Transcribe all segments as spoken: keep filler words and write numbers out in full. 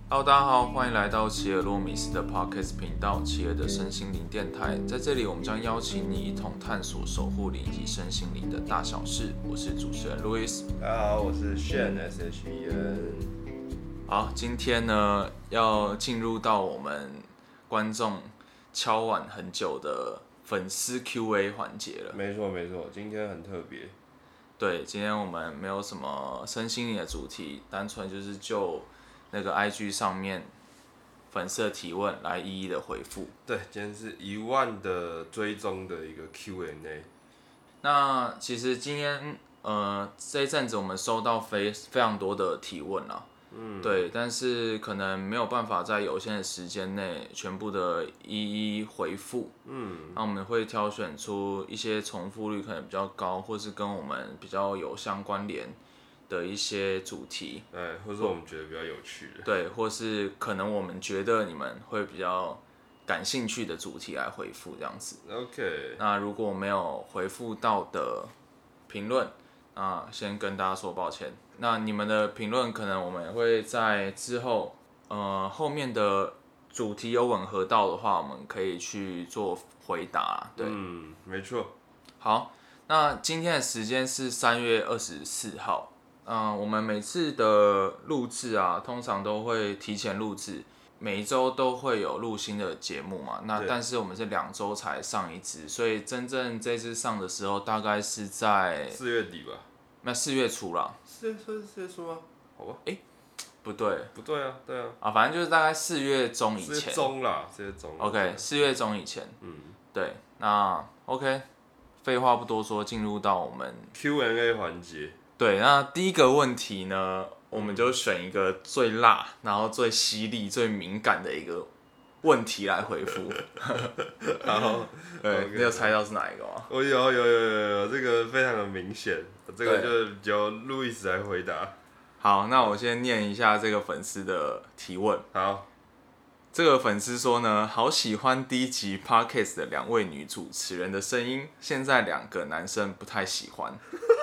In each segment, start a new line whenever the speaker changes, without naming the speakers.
Hello， 大家好，欢迎来到奇尔洛米斯的 Podcast 频道，奇尔的身心灵电台。在这里，我们将邀请你一同探索守护灵以及身心灵的大小事。我是主持人 Louis。
大家好，我是 Shen S H E N。
好，今天呢要进入到我们观众敲碗很久的粉丝 Q A 环节了。
没错没错，今天很特别。
对，今天我们没有什么身心灵的主题，单纯就是就那个 I G 上面粉丝的提问来一一的回复。
对，今天是一万的追踪的一个 Q and A。
那其实今天呃这一阵子我们收到非非常多的提问啦，嗯，对，但是可能没有办法在有限的时间内全部的一一回复，嗯，那我们会挑选出一些重复率可能比较高，或是跟我们比较有相关联的一些主题，
哎，或是我们觉得比较有趣的，
对，或是可能我们觉得你们会比较感兴趣的主题来回复这样子。
OK。
那如果没有回复到的评论，那先跟大家说抱歉。那你们的评论可能我们会在之后，呃，后面的主题有吻合到的话，我们可以去做回答。对，
嗯，没错。
好，那今天的时间是三月二十四号。嗯、呃，我们每次的录制啊，通常都会提前录制，每一周都会有录新的节目嘛。那但是我们是两周才上一支，所以真正这次上的时候，大概是在
四月底吧。
那四月初啦。
四月初四月初吗？好吧。
哎、欸，不对。
不对啊，对啊。
啊，反正就是大概四月中以前。
四月中啦，四月中。
OK， 四月中以前。
嗯。
对，那 OK， 废话不多说，进入到我们
Q and A 环节。
对，那第一个问题呢，我们就选一个最辣，然后最犀利、最敏感的一个问题来回复。
好，
对，
okay.
你有猜到是哪一个吗？
我有有有有有，这个非常的明显，这个就由路易斯来回答。
好，那我先念一下这个粉丝的提问。
好，
这个粉丝说呢，好喜欢第一集 Podcast 的两位女主持人的声音，现在两个男生不太喜欢。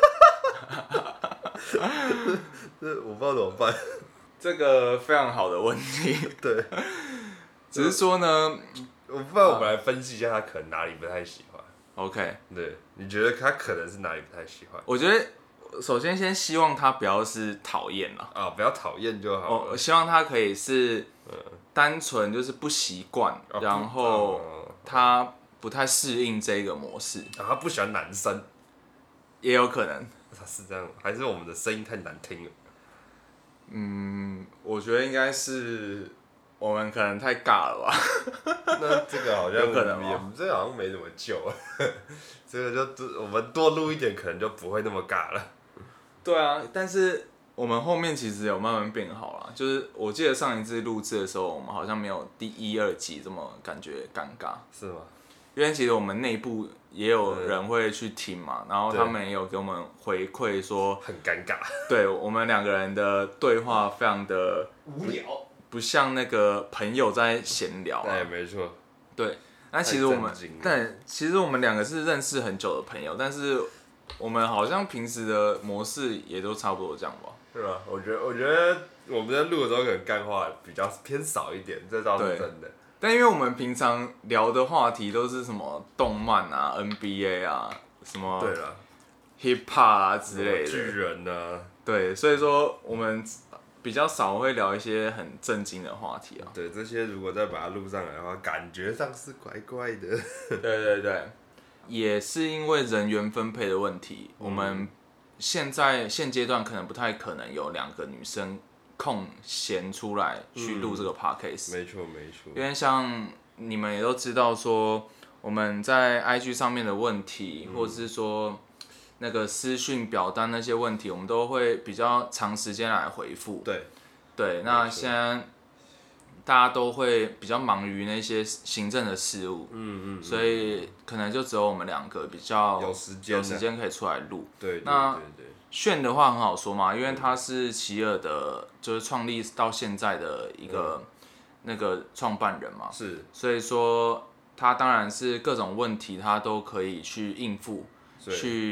这我不知道怎么办。
这个非常好的问题。
对，
只是说呢，
我不然我们来分析一下他可能哪里不太喜欢。
OK，
对，你觉得他可能是哪里不太喜欢？
我觉得首先先希望他不要是讨厌啦，
啊，不要讨厌就好了。
我希望他可以是单纯就是不习惯，
啊、
然后他不太适应这个模式。
啊，他不喜欢男生，
也有可能。
他是这样，还是我们的声音太难听了？
嗯，我觉得应该是我们可能太尬了吧。
那这个好像
有可能
也，这个好像没怎么救。这个就我们多录一点，可能就不会那么尬了。
对啊，但是我们后面其实有慢慢变好了。就是我记得上一次录制的时候，我们好像没有第一、二集这么感觉尴尬。
是吗？
因为其实我们内部也有人会去听嘛，然后他们也有给我们回馈说
很尴尬，
对我们两个人的对话非常的
无聊，
不像那个朋友在闲聊、啊。
对，没错。
对，那其实我们，但其实我们两个是认识很久的朋友，但是我们好像平时的模式也都差不多这样吧。
对吧？我觉得，我觉得我们在录的时候可能干话比较偏少一点，这倒是真的。
但因为我们平常聊的话题都是什么动漫啊、N B A 啊、什么
对了
Hip Hop 啊之类的
巨人啊，
对，所以说我们比较少会聊一些很正经的话题啊。
对，这些如果再把它录上来的话，感觉上是怪怪的。
对对对，也是因为人员分配的问题，嗯、我们现在现阶段可能不太可能有两个女生空闲出来去录这个 podcast、
嗯。没错没错。
因为像你们也都知道说，我们在 I G 上面的问题，嗯、或者是说那个私讯表单那些问题，我们都会比较长时间来回复。
对。
对，那现在大家都会比较忙于那些行政的事务，
嗯 嗯, 嗯，
所以可能就只有我们两个比较
有时间，
有时间可以出来录。
对对对对。
那炫的话很好说嘛，因为他是奇尔的，就是创立到现在的一个、嗯、那个创办人嘛，
是，
所以说他当然是各种问题他都可以去应付，去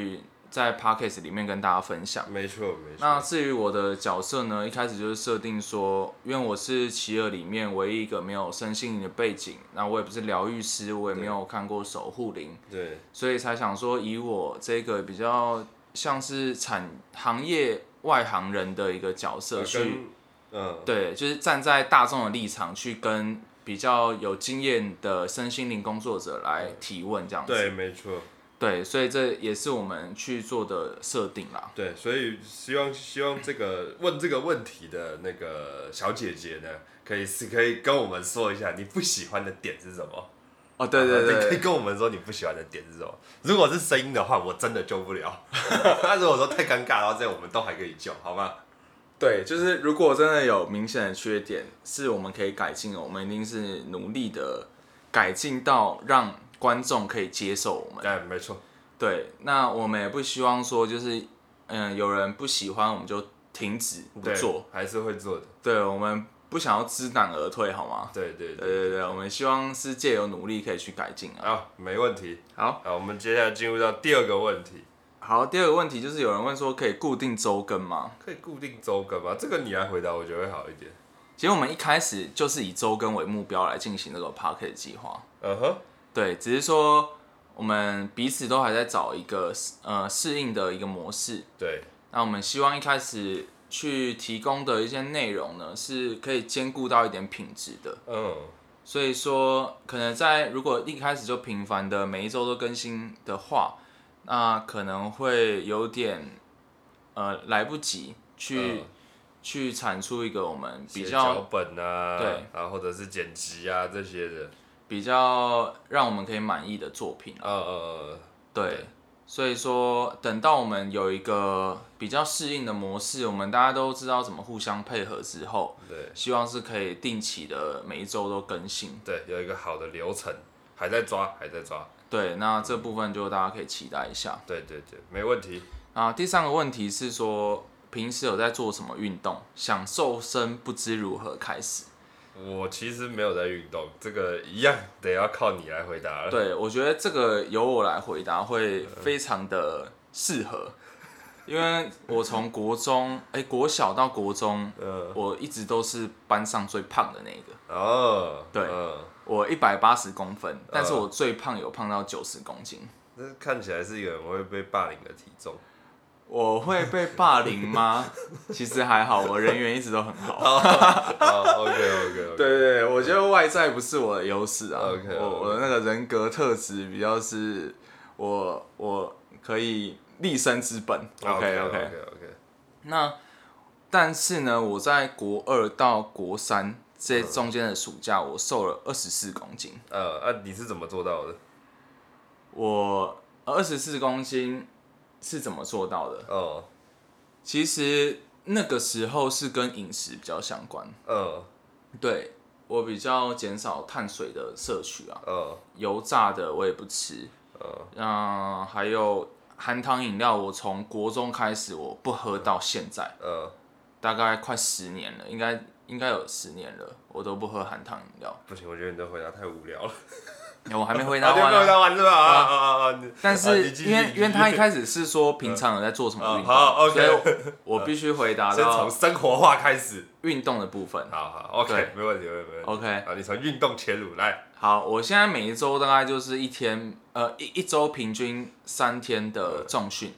在 podcast 里面跟大家分享。
没错没错。
那至于我的角色呢，一开始就是设定说，因为我是奇尔里面唯一一个没有身心灵的背景，那我也不是疗愈师，我也没有看过守护灵，
对，
所以才想说以我这个比较像是产行业外行人的一个角色去，
嗯，
对，就是站在大众的立场去跟比较有经验的身心灵工作者来提问这样子。
对，没错。
对，所以这也是我们去做的设定啦。
对，所以希望希望这个问这个问题的那个小姐姐呢，可以是可以跟我们说一下你不喜欢的点是什么。
哦，对对对，
你可以跟我们说你不喜欢的点是什么。如果是声音的话，我真的救不了。那如果说太尴尬的话，这样我们都还可以救，好吗？
对，就是如果真的有明显的缺点，是我们可以改进的，我们一定是努力的改进到让观众可以接受我们。
对，没错。
对，那我们也不希望说就是，嗯，有人不喜欢我们就停止不做，
还是会做的。
对，我们不想要知难而退，好吗？
对对对
对对对，我们希望是借由努力可以去改进啊。
好，没问题。
好，
好，我们接下来进入到第二个问题。
好，第二个问题就是有人问说可以固定周更吗？
可以固定周更吗？这个你来回答，我觉得会好一点。
其实我们一开始就是以周更为目标来进行这个 Podcast 计划。
嗯哼。
对，只是说我们彼此都还在找一个呃适应的一个模式。
对。
那我们希望一开始去提供的一些内容呢，是可以兼顾到一点品质的。
嗯。
所以说，可能在如果一开始就频繁的每一周都更新的话，那可能会有点呃来不及去、嗯、去产出一个我们比较
脚本啊，
对，
啊或者是剪辑啊这些的，
比较让我们可以满意的作品、啊。
呃呃，
对，对所以说等到我们有一个比较适应的模式，我们大家都知道怎么互相配合之后，
对，
希望是可以定期的每一周都更新。
对，有一个好的流程，还在抓，还在抓。
对，那这部分就大家可以期待一下。
对对对，没问题。
啊，第三个问题是说，平时有在做什么运动？想瘦身不知如何开始。
我其实没有在运动，这个一样得要靠你来回答了。
对，我觉得这个由我来回答会非常的适合，因为我从国中，哎、欸，国小到国中，呃、我一直都是班上最胖的那个。哦。对。呃我一百八十公分，但是我最胖有胖到九十公斤。
这看起来是一个人会被霸凌的体重。
我会被霸凌吗？其实还好，我人缘一直都很好。
好 OK OK OK。
对对对，我觉得外在不是我的优势啊。
OK。
我我的那个人格特质比较是我我可以立身之本。OK OK
OK OK。
那但是呢，我在国二到国三。这中间的暑假，我瘦了二十四公斤。
呃，啊，你是怎么做到的？
我二十四公斤是怎么做到的？哦，其实那个时候是跟饮食比较相关。嗯，对，我比较减少碳水的摄取啊。嗯，油炸的我也不吃。嗯，嗯，还有含糖饮料，我从国中开始我不喝到现在。嗯，大概快十年了，应该。应该有十年了，我都不喝含糖饮料。
不行，我觉得你的回答太无聊了。
我还没回答完、啊。
还没回答完是吧？啊啊啊啊！
但是因为因为他一开始是说平常有在做什么运动，
好 OK，
所以我必须回答到
先从生活化开始，
运动的部分。
好好 OK， 没问题没问题。
OK，
好，你从运动切入来。
好，我现在每一周大概就是一天，呃，一一周平均三天的重训。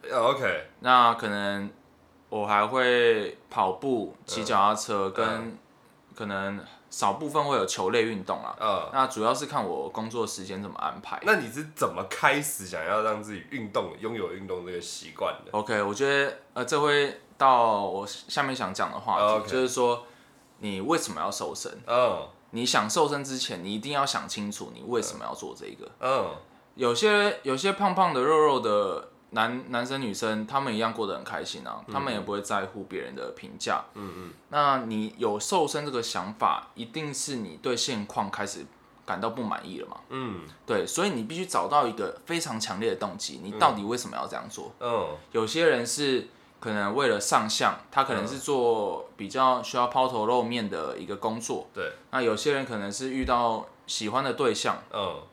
OK，
那可能。我还会跑步、骑脚踏车，跟可能少部分会有球类运动啦。嗯，那主要是看我工作时间怎么安排。
那你是怎么开始想要让自己运动、拥有运动这个习惯的
？OK， 我觉得呃，这会到我下面想讲的话题，
oh, okay.
就是说你为什么要瘦身？嗯， oh. 你想瘦身之前，你一定要想清楚你为什么要做这个。嗯， oh. 有些有些胖胖的、肉肉的。男男生女生，他们一样过得很开心啊，嗯、他们也不会在乎别人的评价。嗯嗯。那你有瘦身这个想法，一定是你对现况开始感到不满意了嘛？嗯。对，所以你必须找到一个非常强烈的动机，你到底为什么要这样做？嗯。有些人是可能为了上相，他可能是做比较需要抛头露面的一个工作。
对。
那有些人可能是遇到喜欢的对象。嗯。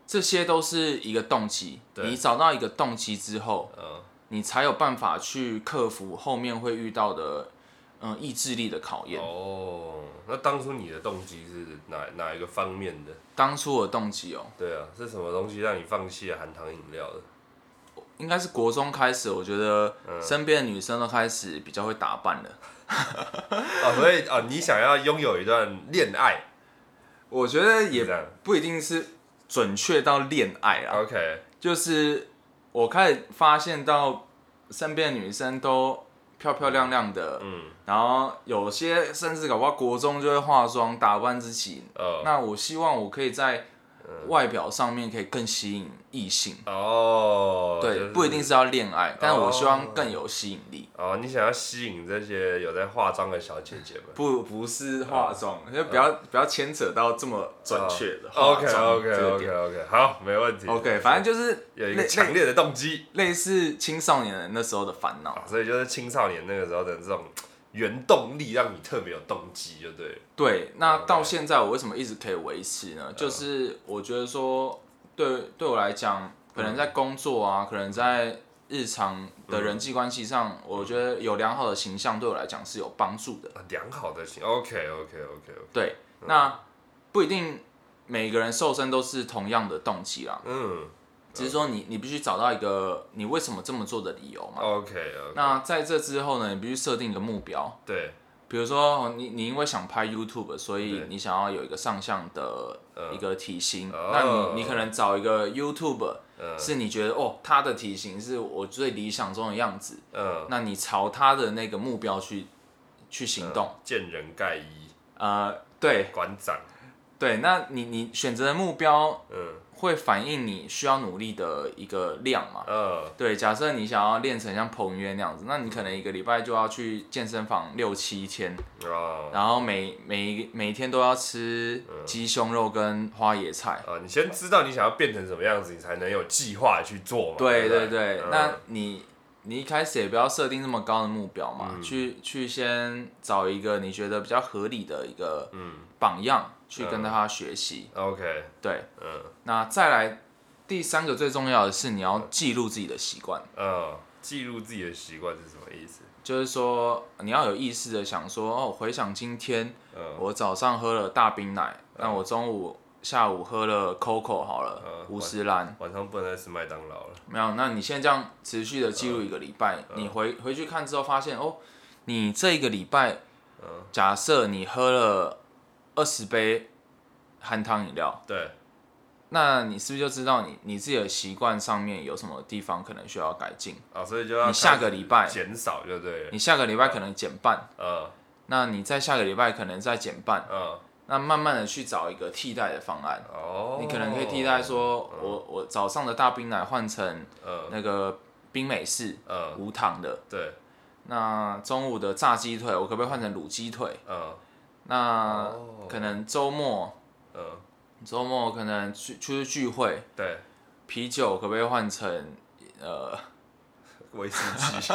这些都是一个动机。你找到一个动机之后，嗯、你才有办法去克服后面会遇到的，嗯，意志力的考验。
哦，那当初你的动机是哪哪一个方面的？
当初的动机哦。
对啊，是什么东西让你放弃了含糖饮料的？
应该是国中开始，我觉得身边的女生都开始比较会打扮了。
哦，所以哦，你想要拥有一段恋爱？
我觉得也不一定是准确到恋爱啦。
OK，
就是我开始发现到身边的女生都漂漂亮亮的，嗯，然后有些甚至搞不好国中就会化妆打扮自己。哦，那我希望我可以在外表上面可以更吸引异性哦，对，就是、不一定是要恋爱，但是我希望更有吸引力。
哦，你想要吸引这些有在化妆的小姐姐们？
不，不是化妆，就不要不要牵扯到这么准确的
化妆。OK OK OK OK， 好，没问题。
OK， 反正就是
有一个强烈的动机，
类似青少年人那时候的烦恼、
啊，所以就是青少年那个时候的这种。原动力让你特别有动机，就对了。
对，那到现在我为什么一直可以维持呢？就是我觉得说，对对我来讲，可能在工作啊，可能在日常的人际关系上，我觉得有良好的形象对我来讲是有帮助的。
良好的形 ，OK OK OK OK。
对，那不一定每个人瘦身都是同样的动机啦。嗯。只是说你，你必须找到一个你为什么这么做的理由嘛。
OK OK。
那在这之后呢，你必须设定一个目标。
对。
比如说你你因为想拍 YouTube， 所以你想要有一个上相的一个体型，呃、那你你可能找一个 YouTuber，、呃、是你觉得哦他的体型是我最理想中的样子，呃、那你朝他的那个目标去去行动。呃、
见人盖衣。
呃，对。
馆长。
对，那你你选择的目标，嗯。会反映你需要努力的一个量嘛？呃、对，假设你想要练成像彭于晏那样子，那你可能一个礼拜就要去健身房六七天，哦、然后每每每天都要吃鸡胸肉跟花椰菜。
呃、你先知道你想要变成什么样子，你才能有计划去做嘛。
对对 对, 对，嗯、那你你一开始也不要设定这么高的目标嘛，嗯、去去先找一个你觉得比较合理的一个榜样。去跟他学习、
嗯、，OK，
对，嗯，那再来第三个最重要的是你要记录自己的习惯，
嗯，记录自己的习惯是什么意思？
就是說你要有意識的想說，哦，回想今天，嗯、我早上喝了大冰奶，嗯、那我中午、下午喝了 Coco 好了，五十嵐，
晚上不能再吃麥當勞了。
沒有，那你現在這樣持續的記錄一個禮拜，嗯、你回回去看之後發現，哦，你這一個禮拜，嗯、假設你喝了二十杯含糖飲料，
對。
那你是不是就知道你你自己的習慣上面有什麼地方可能需要改進？
啊，所以就要
你下個禮拜
減少就對了。
你下個禮拜可能減半，嗯，那你再下個禮拜可能再減半，嗯，那慢慢的去找一個替代的方案。哦，你可能可以替代說，嗯、我我早上的大冰奶換成那個冰美式，嗯，無糖的，
對。
那中午的炸雞腿，我可不可以換成滷雞腿？嗯，那可能週末，嗯。周末可能去出去聚會，
對，
啤酒可不可以換成呃
威士忌？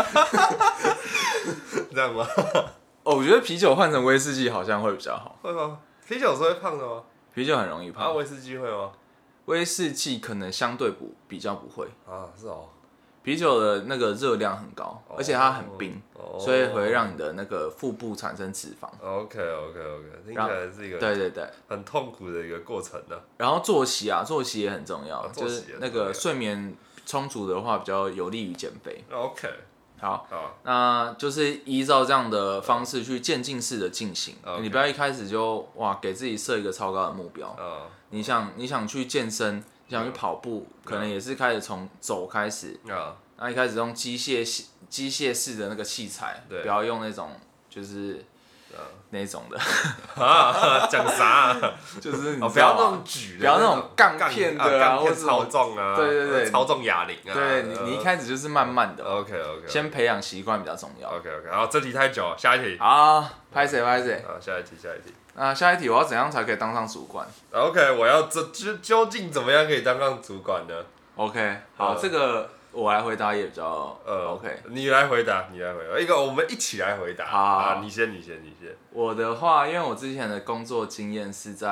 這樣嗎？
哦，我覺得啤酒換成威士忌好像會比較好。
會嗎？啤酒是會胖的嗎？
啤酒很容易胖。
啊，威士忌會嗎？
威士忌可能相對不比較不會。
啊，是哦。
啤酒的那個熱量很高，而且它很冰，所以會讓你的那個腹部產生脂肪。
OK OK OK， 聽起來是一個
對對對
很痛苦的一個過程呢。
然後作息啊，作息也很重要，就是那個睡眠充足的話，比較有利於減肥。
OK，
好，那就是依照這樣的方式去漸進式的進行。你不要一開始就哇給自己設一個超高的目標。你想你想去健身。你想去跑步，可能也是開始從走開始。啊，那一開始用機械機械式的那個器材，不要用那種就是那種的。
啊，講啥？
就是你
不要那種舉的，
不要那種槓片的啊，或者
操縱啊，
對對對，
操縱啞鈴啊。
對你你一開始就是慢慢的。
OK OK。
先培養習慣比較重要。
OK OK， 好，這題太久了，下一題。
好，拍誰拍誰。
好，下一題下一題。
那下一題，我要怎樣才可以當上主管
？OK， 我要這究究竟怎麼樣可以當上主管呢
？OK， 好，這個我來回答也比較呃 OK，
你來回答，你來回答，一個我們一起來回答。
好，
你先，你先，你先。
我的話，因為我之前的工作經驗是在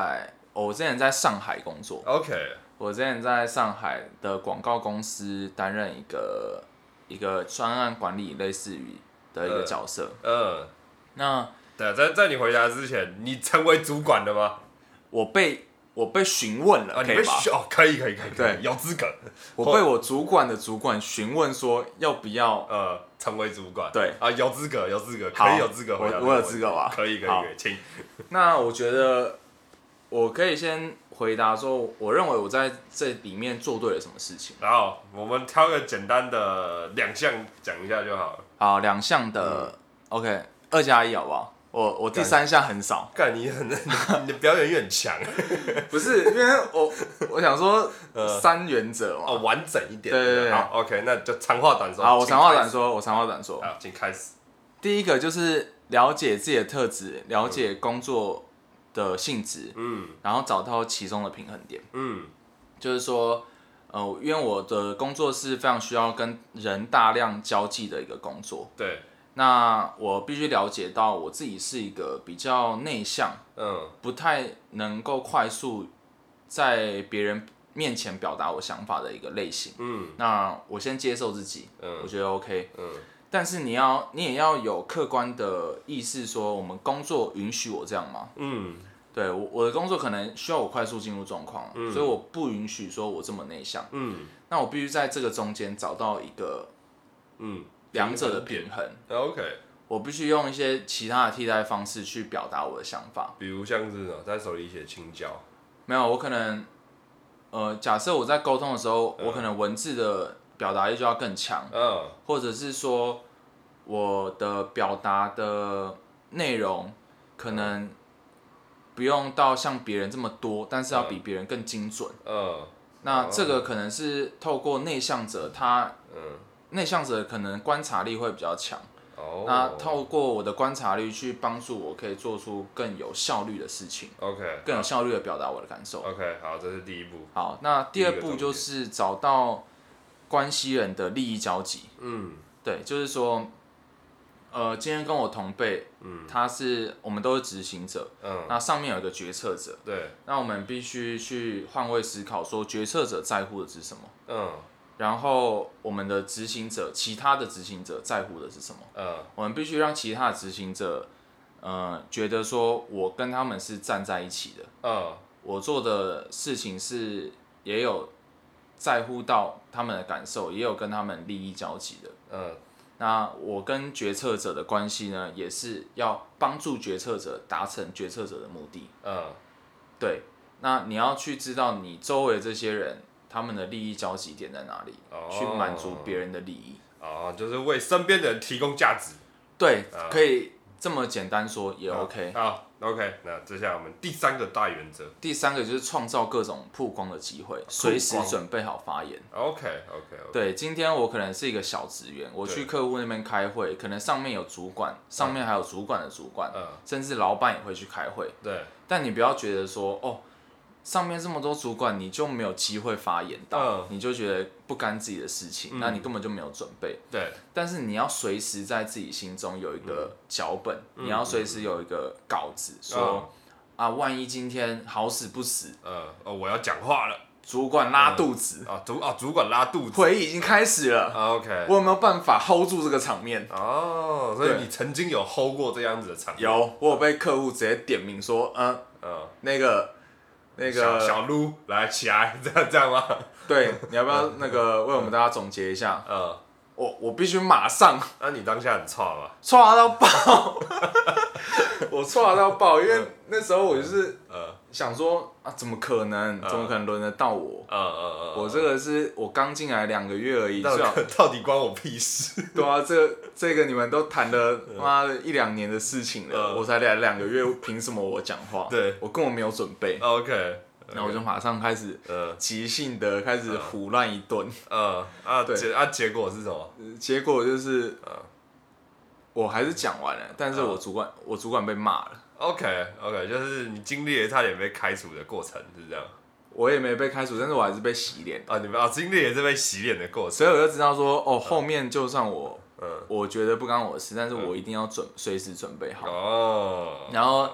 我之前在上海工作
，OK，
我之前在上海的广告公司担任一个一个专案管理，类似于的一个角色。
嗯，呃、
那
对，在在你回答之前，你成为主管了吗？
我被我被询问了，
啊，
可以吧？
哦，可以可以可以，
对，
有资格。
我被我主管的主管询问说要不要
呃成为主管。
对
啊，有资格有资格，可以有资格回答。
我我有资格吧？
可以可以可以，请。
那我觉得我可以先回答说，我认为我在这里面做对了什么事情。
然后我们挑个简单的两项讲一下就好了。
好，两项的、嗯、OK， 二加一好不好？我我第三项很少。
干你很你的表演欲很强。
不是，因为我我想说三原则嘛，
哦，完整一点。
对对对。
好 ，OK， 那就长话短说。
好，我长话短说，我长话短说。
好，请开始。
第一个就是了解自己的特质，了解工作的性质，嗯，然后找到其中的平衡点，嗯，就是说，呃，因为我的工作是非常需要跟人大量交际的一个工作，
对。
那我必须了解到我自己是一个比较内向，
嗯，
不太能够快速在别人面前表达我想法的一个类型。嗯，那我先接受自己，嗯，我觉得 OK。嗯，但是你要你也要有客观的意识，说我们工作允许我这样吗？嗯，对我我的工作可能需要我快速进入状况，嗯，所以我不允许说我这么内向。嗯，那我必须在这个中间找到一个，嗯。两者的平衡
，OK，
我必须用一些其他的替代方式去表达我的想法，
比如像是在手里写青椒，
没有，我可能，呃，假设我在沟通的时候，嗯、我可能文字的表达力就要更强，嗯，或者是说我的表达的内容可能不用到像别人这么多，但是要比别人更精准，嗯，那这个可能是透过内向者他，嗯。内向者可能观察力会比较强，哦，那透过我的观察力去帮助我，可以做出更有效率的事情
，OK，
更有效率的表达我的感受
，OK， 好，这是第一步。
好，那第二步就是找到关系人的利益交集，嗯，对，就是说，呃，今天跟我同辈，嗯，他是我们都是执行者，嗯，那上面有一个决策者，
对，
那我们必须去换位思考，说决策者在乎的是什么，嗯。然后我们的执行者，其他的执行者在乎的是什么？呃，我们必须让其他的执行者，呃，觉得说我跟他们是站在一起的。呃，我做的事情是也有在乎到他们的感受，也有跟他们利益交集的。呃，那我跟决策者的关系呢，也是要帮助决策者达成决策者的目的。呃，对，那你要去知道你周围这些人。他们的利益交集点在哪里？哦、去满足别人的利益。
哦，就是为身边的人提供价值。
对，啊、可以这么简单说也 OK。
好 ，OK， 那接下来我们第三个大原则。
第三个就是创造各种曝光的机会，随时准备好发言。
OK，OK，OK。
对，今天我可能是一个小职员，我去客户那边开会，可能上面有主管，上面还有主管的主管，嗯、甚至老板也会去开会。
对。
但你不要觉得说哦。上面这么多主管，你就没有机会发言到，嗯、你就觉得不干自己的事情，嗯、那你根本就没有准备。
对。
但是你要随时在自己心中有一个脚本，嗯、你要随时有一个稿子，嗯、说、嗯、啊，万一今天好死不死，
呃，哦，我要讲话了，
主管拉肚子，
嗯、啊主啊主管拉肚子，
会议已经开始了、
啊、，OK，
我有没有办法 hold 住这个场面？
哦，所以你曾经有 hold 过这样子的场面？
有，我有被客户直接点名说，嗯嗯，那个。那个
小小撸来起来，这样这样吗？
对，你要不要那个为我们大家总结一下？嗯，我我必须马上。
那你当下很挫吗？
挫到爆，我挫到爆，因为那时候我就是想说啊，怎么可能？怎么可能轮得到我？嗯嗯嗯，我这个是我刚进来两个月而已，
到到底关我屁事？
对啊，这这个你们都谈了妈的一两年的事情了，我才来两个月，凭什么我讲话？
对，
我根本没有准备。
OK。
然后我就马上开始即兴的开始胡乱一顿。
嗯啊，结啊结果是什么？
结果就是我还是讲完了，但是我主管我主管被骂了。
OK OK， 就是你经历了差点被开除的过程，是这样。
我也没被开除，但是我还是被洗脸。
啊，你们啊经历也是被洗脸的过程，
所以我就知道说，哦，后面就算我，嗯，我觉得不干我的事，但是我一定要准随时准备好。哦。然后。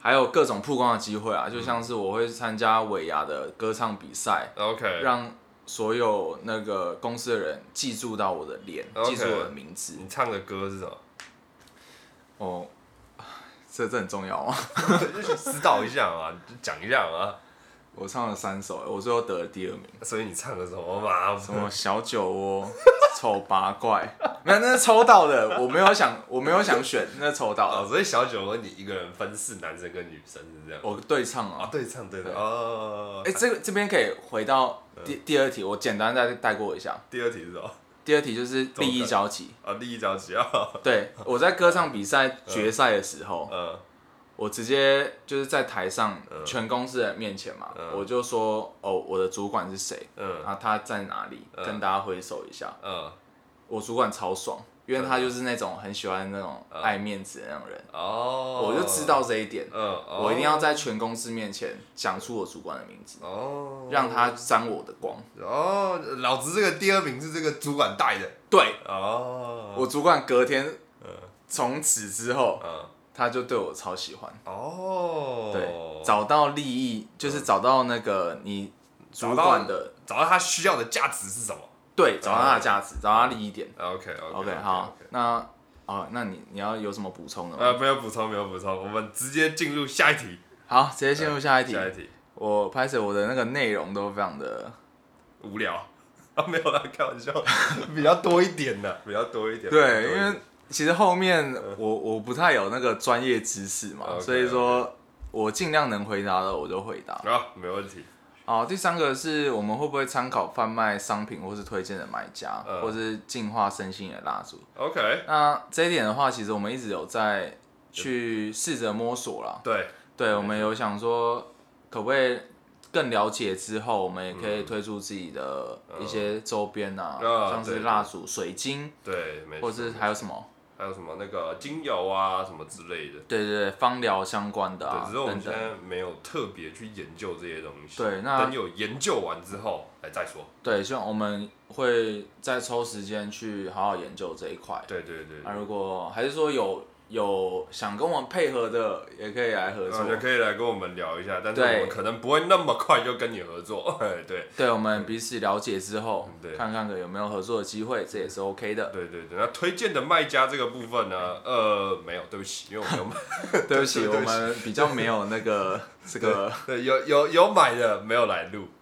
还有各种曝光的机会啊，就像是我会参加尾牙的歌唱比赛
，OK，
让所有那个公司的人记住到我的脸，
okay,
记住我的名字。
你唱的歌是什么？
哦，这这很重要吗？
就指导一下嘛，就讲一下嘛。
我唱了三首，我最后得了第二名。
所以你唱的什么嘛？
什么小酒窝、丑八怪，没有，那是抽到的，我没有想，我没有想选，那是抽到的。
哦，所以小酒窝你一个人分饰男生跟女生是这样。
我对唱啊，
啊对唱对的哦。
哎、欸，这个这边可以回到第第二题，我简单再带过一下。
第二题是什么？
第二题就是利益交集
啊，利益交集啊。
对，我在歌唱比赛决赛的时候。
嗯
我直接就是在台上全公司人面前嘛，嗯、我就说哦，我的主管是谁，嗯，啊他在哪里，嗯、跟大家挥手一下，嗯，我主管超爽，因为他就是那种很喜欢那种爱面子的那种人，哦，我就知道这一点，嗯，哦、我一定要在全公司面前讲出我主管的名字，哦，让他沾我的光，
哦，老子这个第二名是这个主管带的，
对，哦，我主管隔天，从此之后，嗯。他就对我超喜欢哦，对，找到利益就是找到那个你主管的，
找到他需要的价值是什么？
对，找到他的价值，找到他利益点。
OK OK
OK 好，那哦，那你你要有什么补充的吗？
呃，没有补充，没有补充，我们直接进入下一题。
好，直接进入下一题。
下一题，
我拍摄我的那个内容都非常的
无聊啊，没有啦，开玩笑，比较多一点的，比较多一点。
对，因为。其实后面我我不太有那个专业知识嘛， okay, 所以说 okay. 我尽量能回答的我就回答。
啊，没问题。
好，第三个是我们会不会参考贩卖商品或是推荐的买家，嗯、或是净化身心的蜡烛
？OK。
那这一点的话，其实我们一直有在去试着摸索啦。
对。
对，我们有想说，可不可以更了解之后，我们也可以推出自己的一些周边啊，嗯、像是蜡烛、水晶，
对，
或是还有什么？
还有什么那个精油啊，什么之类的。
对对对，芳疗相关的啊，
对，只是我们现在没有特别去研究这些东西。
对，那
等有研究完之后，哎，再说。
对，希望我们会再抽时间去好好研究这一块。
对对 对, 对。
那、啊、如果还是说有有想跟我们配合的，也可以来合作，
也、嗯、可以来跟我们聊一下，但是我们可能不会那么快就跟你合作。对。
对，我们彼此了解之后，对看看有没有合作的机会，这也是 OK 的。
对对对，那推荐的卖家这个部分呢，呃，没有，对不起，因为我没有买。
对不起，我们比较没有那个这个。
对，有有有买的没有来录。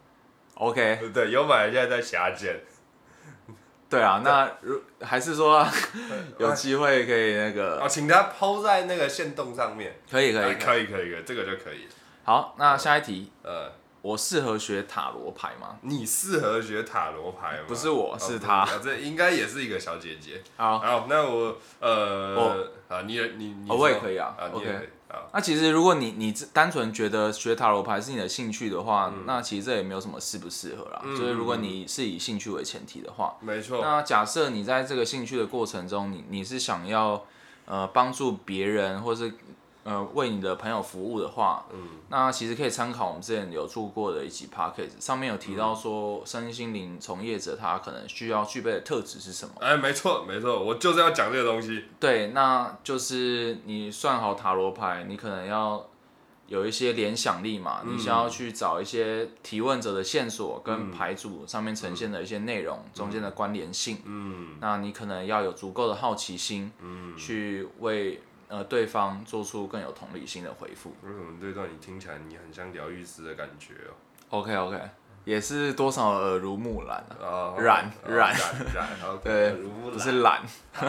OK。
对，有买的现在在狭间。
对啊，那如还是说有机会可以那个，
哦，请他抛在那个限动上面，
可以可以
可以可以可以，这个就可以。
好，那下一题，呃，我适合学塔罗牌吗？
你适合学塔罗牌吗？
不是我，是他，
这应该也是一个小姐姐。
好，
好，那我呃，啊，你你你，
我也可以啊 ，OK。那其实如果你你单纯觉得学塔罗牌是你的兴趣的话，嗯、那其实这也没有什么适不适合啦。嗯、就是如果你是以兴趣为前提的话，
没错。
那假设你在这个兴趣的过程中，你你是想要呃帮助别人，或是呃为你的朋友服务的话，嗯，那其实可以参考我们之前有做过的一集 podcast， 上面有提到说身心灵从业者他可能需要具备的特质是什么？
哎，没错没错，我就是要讲这个东西。
对，那就是你算好塔罗牌，你可能要有一些联想力嘛，嗯、你想要去找一些提问者的线索跟牌组上面呈现的一些内容、嗯、中间的关联性，嗯，那你可能要有足够的好奇心，嗯，去为呃对方做出更有同理心的回复。
为什么这段你听起来你很像疗愈师的感觉哦
？OK OK， 也是多少耳濡目染啊，
哦、
染染
染，
对，不是懒。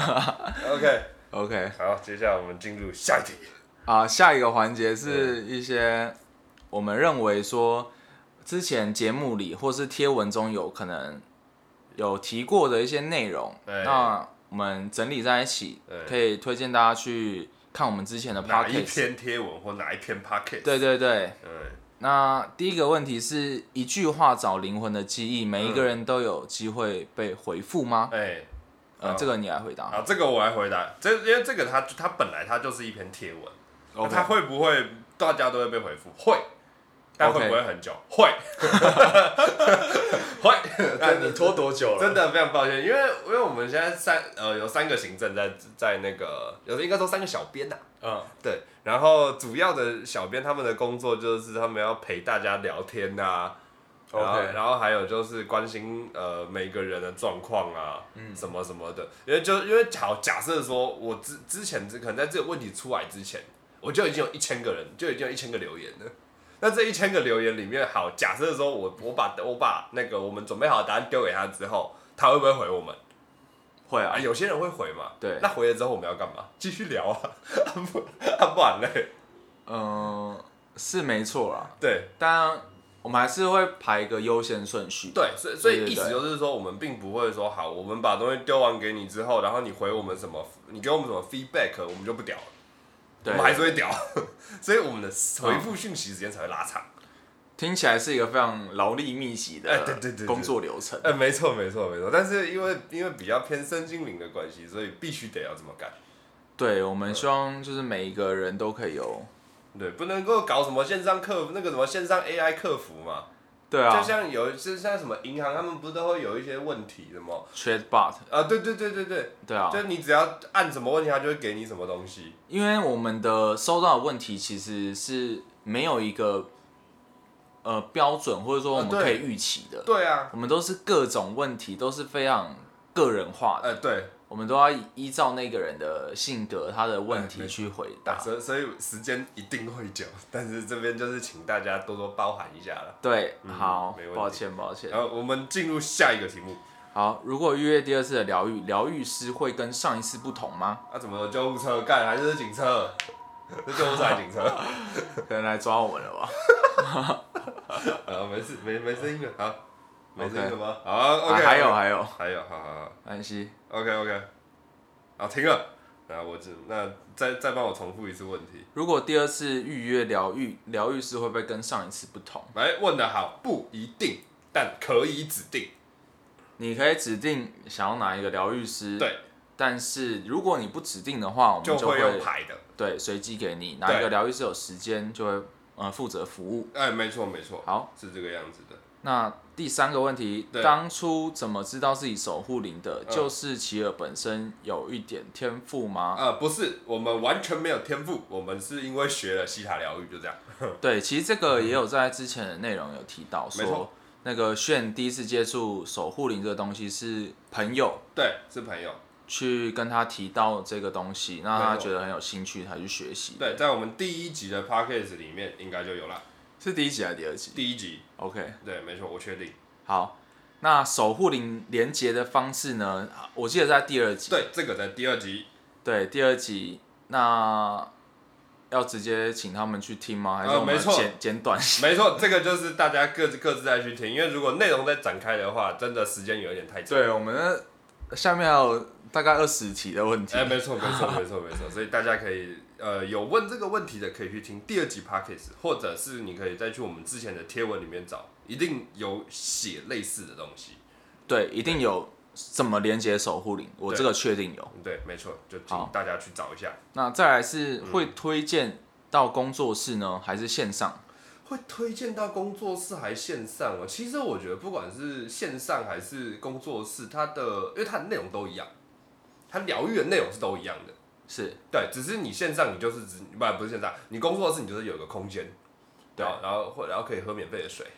OK
OK，
好，接下来我们进入下一题。
啊，下一个环节是一些我们认为说之前节目里或是贴文中有可能有提过的一些内容，那我们整理在一起，可以推荐大家去看我们之前的 podcast，
哪一篇贴文或哪一篇 podcast。
对对对。那第一个问题是一句话找灵魂的记忆，每一个人都有机会被回复吗？
哎、
呃，这个你来回答。
啊，这个我来回答。这因为这个它它本来它就是一篇贴文。Okay. 他会不会大家都会被回复？会， 但会不会很久？会，会。
那你拖多久了？
真的非常抱歉，因为因为我们现在三呃有三个行政在在那个，有应该说三个小编呐、啊。嗯，对。然后主要的小编他们的工作就是他们要陪大家聊天呐、啊。然后
Okay.
然后还有就是关心呃每个人的状况啊，嗯、什么什么的，因为就因为好假设说我之之前可能在这个问题出来之前，我就已经有一千个人，就已经有一千个留言了。那这一千个留言里面，好假设说我我把我把那个我们准备好的答案丢给他之后，他会不会回我们？
会啊，
啊有些人会回嘛。
对。
那回了之后我们要干嘛？继续聊啊，不不然嘞。
嗯、呃，是没错啦。
对，
当然。我们还是会排一个优先顺序。
对，所以所以意思就是说，我们并不会说好，我们把东西丢完给你之后，然后你回我们什么，你给我们什么 feedback， 我们就不屌了。对，我们还是会屌，所以我们的回复讯息时间才会拉长。
听起来是一个非常劳力密集的工作流程。
哎，没错没错没错，但是因为因为比较偏身心灵的关系，所以必须得要这么干。
对，我们希望就是每一个人都可以有。
对，不能够搞什么线上客服，那个什么线上 A I 客服嘛。
对啊。
就像有，就像什么银行，他们不是都会有一些问题什么
Chatbot
啊，对对对对对。
对啊。
就你只要按什么问题，他就会给你什么东西。
因为我们的收到的问题其实是没有一个呃标准，或者说我们可以预期的。
对啊。
我们都是各种问题都是非常个人化的。
呃，对。
我们都要依照那个人的性格、他的问题去回答，
所以所以时间一定会久，但是这边就是请大家多多包涵一下了。
对，嗯、好，抱歉抱歉。
然后我们进入下一个题目。
好，如果预约第二次的疗愈，疗愈师会跟上一次不同吗？
啊，怎么救护车干还是警车？是救护车还是警车？
可能来抓我们了吧？
啊，没事，没没声音了，好。没声音了吗？
Okay.
好 ，OK，、啊、
还有还有
还有，好好好，
安息
，OK OK， 好停了，那我只那再再帮我重复一次问题。
如果第二次预约疗愈，疗愈师会不会跟上一次不同？
来，问得好，不一定，但可以指定。
你可以指定想要哪一个疗愈师，
对。
但是如果你不指定的话，我们就会
用排的，
对，随机给你哪一个疗愈师有时间，就会呃负责服务。
哎，没错没错，
好，
是这个样子的。
那第三个问题，当初怎么知道自己守护灵的？
嗯、
就是奇尔本身有一点天赋吗？
呃，不是，我们完全没有天赋，我们是因为学了西塔疗愈，就这样。
对，其实这个也有在之前的内容有提到说，那个炫第一次接触守护灵这个东西是朋友，
对，是朋友
去跟他提到这个东西，那他觉得很有兴趣，才去学习。
对，在我们第一集的 podcast 里面应该就有了。
是第一集还是第二集？
第一集
，OK，
对，没错，我确定。
好，那守护灵连接的方式呢？我记得在第二集。
对，这个在第二集。
对，第二集，那要直接请他们去听吗？还是我们简简短？
没错，这个就是大家各自各自再去听，因为如果内容再展开的话，真的时间有一点太长。
对，我们下面还有大概二十题的问题。
哎、欸，没错，没错，没错，没错，所以大家可以。呃，有问这个问题的可以去听第二集 podcast， 或者是你可以再去我们之前的贴文里面找，一定有写类似的东西。
对，一定有怎么连接守护灵，我这个确定有。
对，没错，就请大家去找一下。
那再来是会推荐到工作室呢，还是线上？
会推荐到工作室还线上哦？其实我觉得不管是线上还是工作室，它的因为它的内容都一样，它疗愈的内容是都一样的。
是
对，只是你线上你就是只不不是线上，你工作室你就是有个空间，对，然后或然后可以喝免费的水，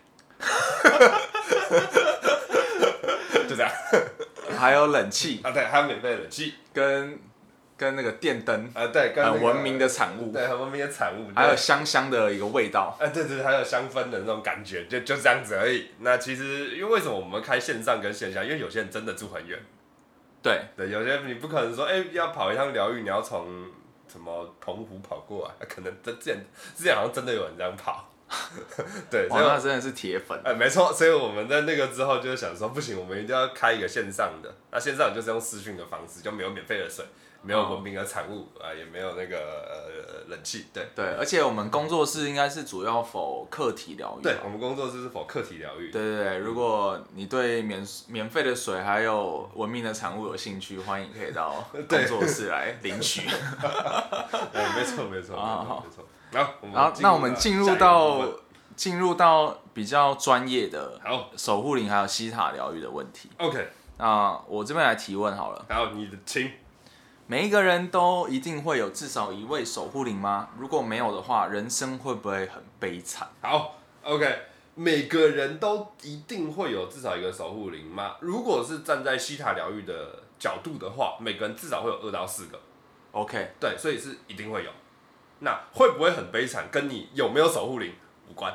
就这样，
还有冷气
啊，对，还有免费的冷气
跟跟那个电灯
啊，对，跟、那個、
很文明的产物，
对，很文明的产物，
还有香香的一个味道，
啊，对对，还有香氛的那种感觉，就就这样子而已。那其实因为为什么我们开线上跟线下？因为有些人真的住很远。
对
对，有些你不可能说，哎、欸，要跑一趟疗愈，你要从什么澎湖跑过来，可能之前之前好像真的有人这样跑，对，
哇，那真的是铁粉。
哎、欸，没错，所以我们在那个之后就是想说，不行，我们一定要开一个线上的，那线上就是用视讯的方式，就没有免费的水，没有文明的产物啊、嗯，也没有那个呃冷气，对
对，而且我们工作室应该是主要否客体疗愈，
对，我们工作室是否客体疗愈，
对对对，如果你对免免费的水还有文明的产物有兴趣，欢迎可以到工作室来领取。
对，没错没错，
好好
没错。然后，
然后那我们进入到进入到比较专业的
好
守护灵还有西塔疗愈的问题。
OK，
那我这边来提问好了。
好，你的请。
每一个人都一定会有至少一位守护灵吗？如果没有的话，人生会不会很悲惨？
好 ，OK， 每个人都一定会有至少一个守护灵吗？如果是站在西塔疗愈的角度的话，每个人至少会有二到四个。
OK，
对，所以是一定会有。那会不会很悲惨，跟你有没有守护灵无关。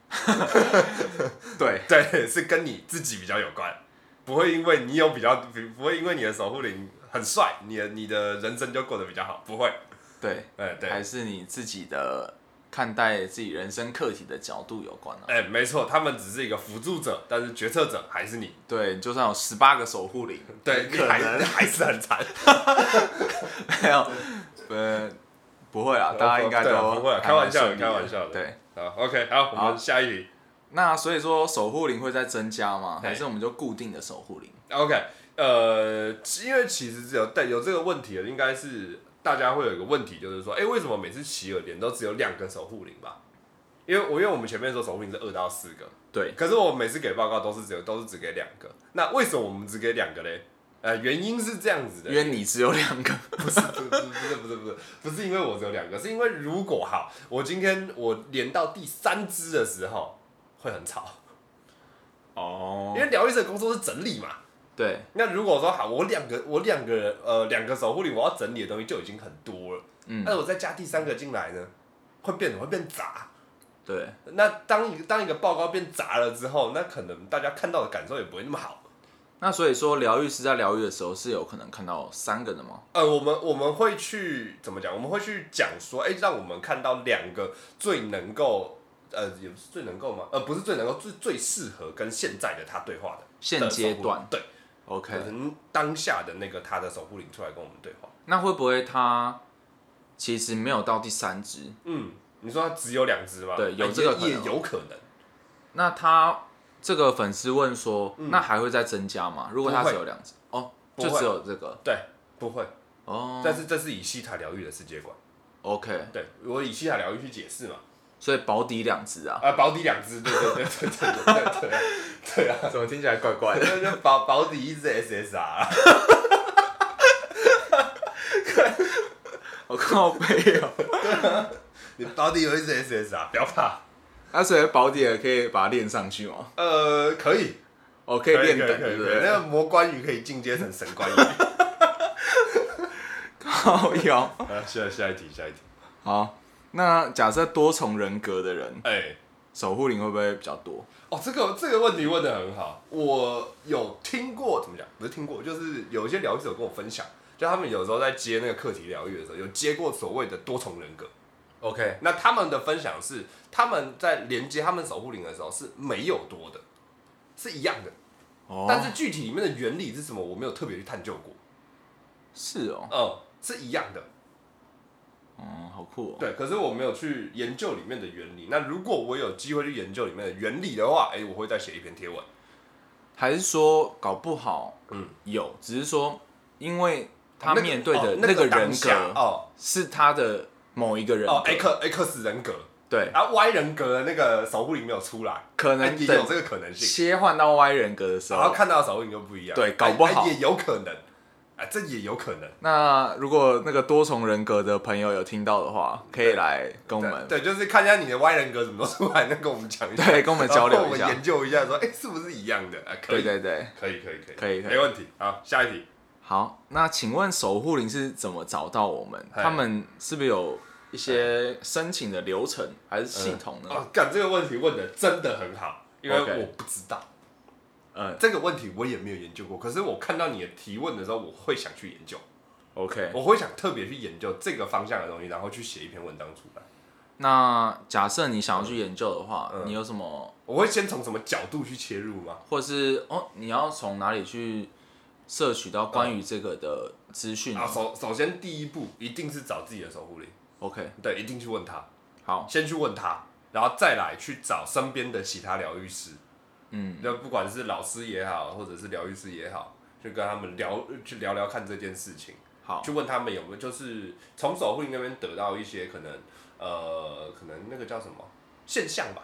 对
对，是跟你自己比较有关，不会因为你有比较，不会因为你的守护灵很帅，你的你的人生就过得比较好，不会。
对，
哎对，
还是你自己的看待自己人生课题的角度有关啊。
哎，没错，他们只是一个辅助者，但是决策者还是你。
对，就算有十八个守护灵，
对，你还还是很惨。
没有，呃，不会啦，大家应该都
不会，开玩笑的，开玩笑的。
对，
好 ，OK， 好，我们下一题。
那所以说守护灵会再增加吗？还是我们就固定的守护灵
？OK， 呃，因为其实只有对有这个问题的，应该是大家会有一个问题，就是说，哎、欸，为什么每次祈尔连都只有两个守护灵吧？因为我因为我们前面说守护灵是二到四个，
对，
可是我每次给报告都是只有都是只给两个，那为什么我们只给两个嘞？呃，原因是这样子的，
因为你只有两个，
不是不是不是不是不是不是因为我只有两个，是因为如果好，我今天我连到第三支的时候会很吵，
哦，
因为疗愈师的工作是整理嘛。
对，
那如果说好，我两个我两个呃两个守护灵，我要整理的东西就已经很多了，嗯，那我再加第三个进来呢，会变会变杂。
对，
那当一个当一个报告变杂了之后，那可能大家看到的感受也不会那么好。
那所以说，疗愈师在疗愈的时候是有可能看到三个的吗？
呃，我们我们会去怎么讲？我们会去讲说，哎、欸，让我们看到两个最能够，呃，也不是最能够吗？呃，不是最能够，最最适合跟现在的他对话的
现阶段，
对
，OK，
可能当下的那个他的守护灵出来跟我们对话。
那会不会他其实没有到第三只？
嗯，你说他只有两只吗？
对，有这个可能，
也有可能。
那他。这个粉丝问说，
嗯、
那还会再增加吗？如果他只有两只，哦，就只有这个，
对，不会，
哦，
但是这是以西塔疗愈的世界观
，OK，
对我以西塔疗愈去解释嘛，
所以保底两只啊，
啊，保底两只，对对对对对对对对，对啊，
怎么听起来怪怪的？
就保保底一只 S S R，
好靠背哦，
对啊，你保底有一只 S S R， 不要怕。
那、啊、所以保底也可以把它练上去吗？
呃，可以，
哦，可以练等，
对不对？那个魔关羽可以进阶成神关羽。
靠腰。
啊，下下一题，下一题。
好，那假设多重人格的人，哎、
欸，
守护灵会不会比较多？
哦，这个这个问题问得很好。我有听过，怎么讲？不是听过，就是有一些疗愈者跟我分享，就他们有时候在接那个课题疗愈的时候，有接过所谓的多重人格。
OK，
那他们的分享是，他们在连接他们守护灵的时候是没有多的，是一样的。哦、但是具体里面的原理是什么，我没有特别去探究过。
是哦。
嗯，是一样的。
嗯，好酷哦。
对，可是我没有去研究里面的原理。那如果我有机会去研究里面的原理的话，哎、欸，我会再写一篇贴文。
还是说搞不好，嗯，有，只是说因为他面对的
那
个人格
哦，
是他的。某一个人格
哦 ，X X 人格，
对，
然后 Y 人格的那个守护灵没有出来，
可能
也有这个可能性。
切换到 Y 人格的时候，
然后看到的守护灵就不一样，
对，搞不好
也有可能，啊，这也有可能。
那如果那个多重人格的朋友有听到的话，可以来跟我们，
对，就是看一下你的 Y 人格怎么出来，那跟我们讲一下，
对，跟我们交流一下，
我们研究一下，说，哎，是不是一样的？啊，可以，
对对对，
可以可以可以，
可以可以，
没问题。好，下一题。
好，那请问守护灵是怎么找到我们？他们是不是有？一些申请的流程还是系统呢？
嗯、哦，干这个问题问的真的很好，因为我不知道。嗯，这个问题我也没有研究过，可是我看到你的提问的时候，我会想去研究。
OK，
我会想特别去研究这个方向的东西，然后去写一篇文章出来。
那假设你想要去研究的话，嗯、你有什么？
我会先从什么角度去切入吗？
或是哦，你要从哪里去摄取到关于这个的资讯、嗯？
啊，首首先第一步一定是找自己的守护灵。
OK，
对，一定去问他。
好，
先去问他，然后再来去找身边的其他疗愈师。嗯，就不管是老师也好，或者是疗愈师也好，去跟他们聊，去聊聊看这件事情。
好，
去问他们有没有，就是从守护灵那边得到一些可能，呃，可能那个叫什么现象吧。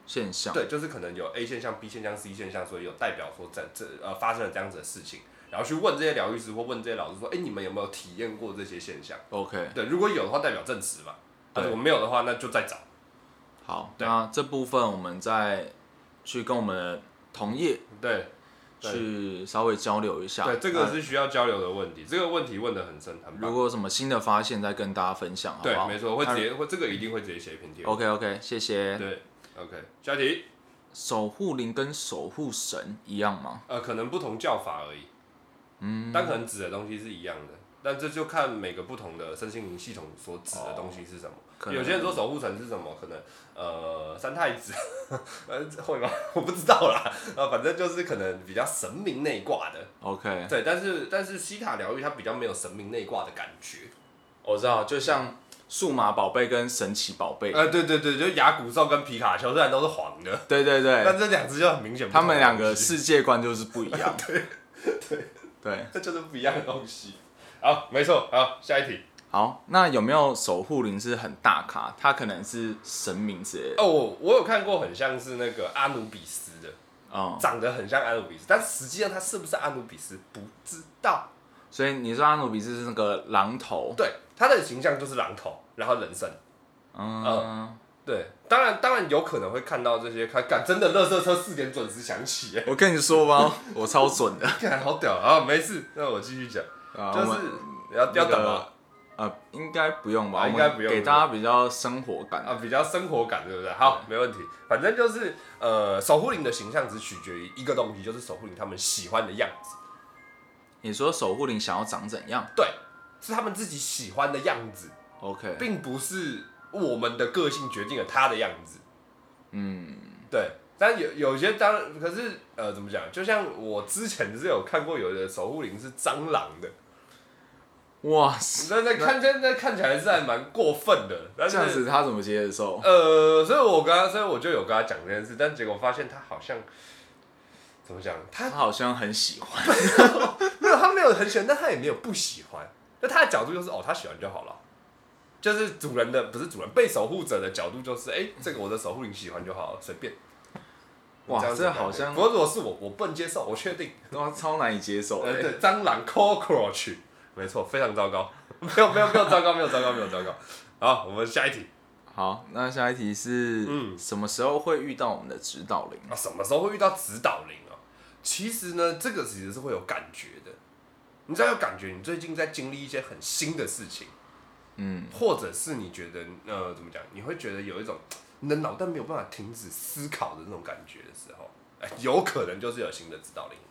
现象。
对，就是可能有 A 现象、B 现象、C 现象，所以有代表说这这呃发生了这样子的事情，然后去问这些疗愈师或问这些老师说，哎、欸，你们有没有体验过这些现象
？OK，
对，如果有的话，代表证实嘛。如果没有的话，那就再找。
好，那这部分我们再去跟我们的同业
对
去稍微交流一下。
对，这个是需要交流的问题，这个问题问得很深很棒。
如果有什么新的发现，再跟大家分享，好不好？
对，没错，会直接会这个一定会直接写一篇贴。
OK OK， 谢谢。
对 ，OK， 下题。
守护灵跟守护神一样吗？
呃，可能不同叫法而已。嗯，但可能指的东西是一样的，但这就看每个不同的身心灵系统所指的东西是什么。哦、有些人说守护神是什么？可能呃三太子，呃会吗？我不知道啦。啊，反正就是可能比较神明内挂的。
OK。
对，但是但是西塔疗愈它比较没有神明内挂的感觉。
我知道，就像数码宝贝跟神奇宝贝。
呃，对对对，就雅古兽跟皮卡丘虽然都是黄的。
对对对。
但这两只就很明显不同的东西。
他们两个世界观就是不一样。
对对
对，
这就是不一样的东西。好，没错。好，下一题。
好，那有没有守护灵是很大咖？他可能是神明之类的。
哦，我我有看过，很像是那个阿努比斯的，哦、长得很像阿努比斯，但实际上他是不是阿努比斯不知道。
所以你说阿努比斯是那个狼头？
对，他的形象就是狼头，然后人身。嗯，呃、对，当然当然有可能会看到这些，看干真的垃圾车四点准时响起。
我跟你说吧，我超准的。
看好屌啊！没事，那我继续讲，啊、就是要要等吗？
呃，应该不用吧？
啊、应该不用，
给大家比较生活感
啊，比较生活感，对不对？好，没问题。反正就是呃，守护灵的形象只取决于一个东西，就是守护灵他们喜欢的样子。
你说守护灵想要长怎样？
对，是他们自己喜欢的样子。
OK，
并不是我们的个性决定了他的样子。嗯，对。但有有些当然，可是呃，怎么讲？就像我之前是有看过，有的守护灵是蟑螂的。
哇，
那那看现在看起来是还蛮过分的，但是
这样子他怎么接受？
呃，所以我跟他，所以我就有跟他讲这件事，但结果发现他好像怎么讲？他
他好像很喜欢，
没有，他没有很喜欢，但他也没有不喜欢。那他的角度就是哦，他喜欢就好了，就是主人的不是主人，被守护者的角度就是，哎、欸，这个我的守护灵喜欢就好了，随便。
哇，这, 这好像，
不过如果是我，我不能接受，我确定，
哇，超难以接受。
呃，对，蟑螂 cockroach。没错，非常糟糕，没有没有没有糟糕，没有糟糕，没有糟糕。好，我们下一题。
好，那下一题是，嗯，什么时候会遇到我们的指导灵
啊？什么时候会遇到指导灵啊？其实呢，这个其实是会有感觉的。你只要有感觉，你最近在经历一些很新的事情，嗯，或者是你觉得呃怎么讲，你会觉得有一种你的脑袋没有办法停止思考的那种感觉的时候，哎、欸，有可能就是有新的指导灵。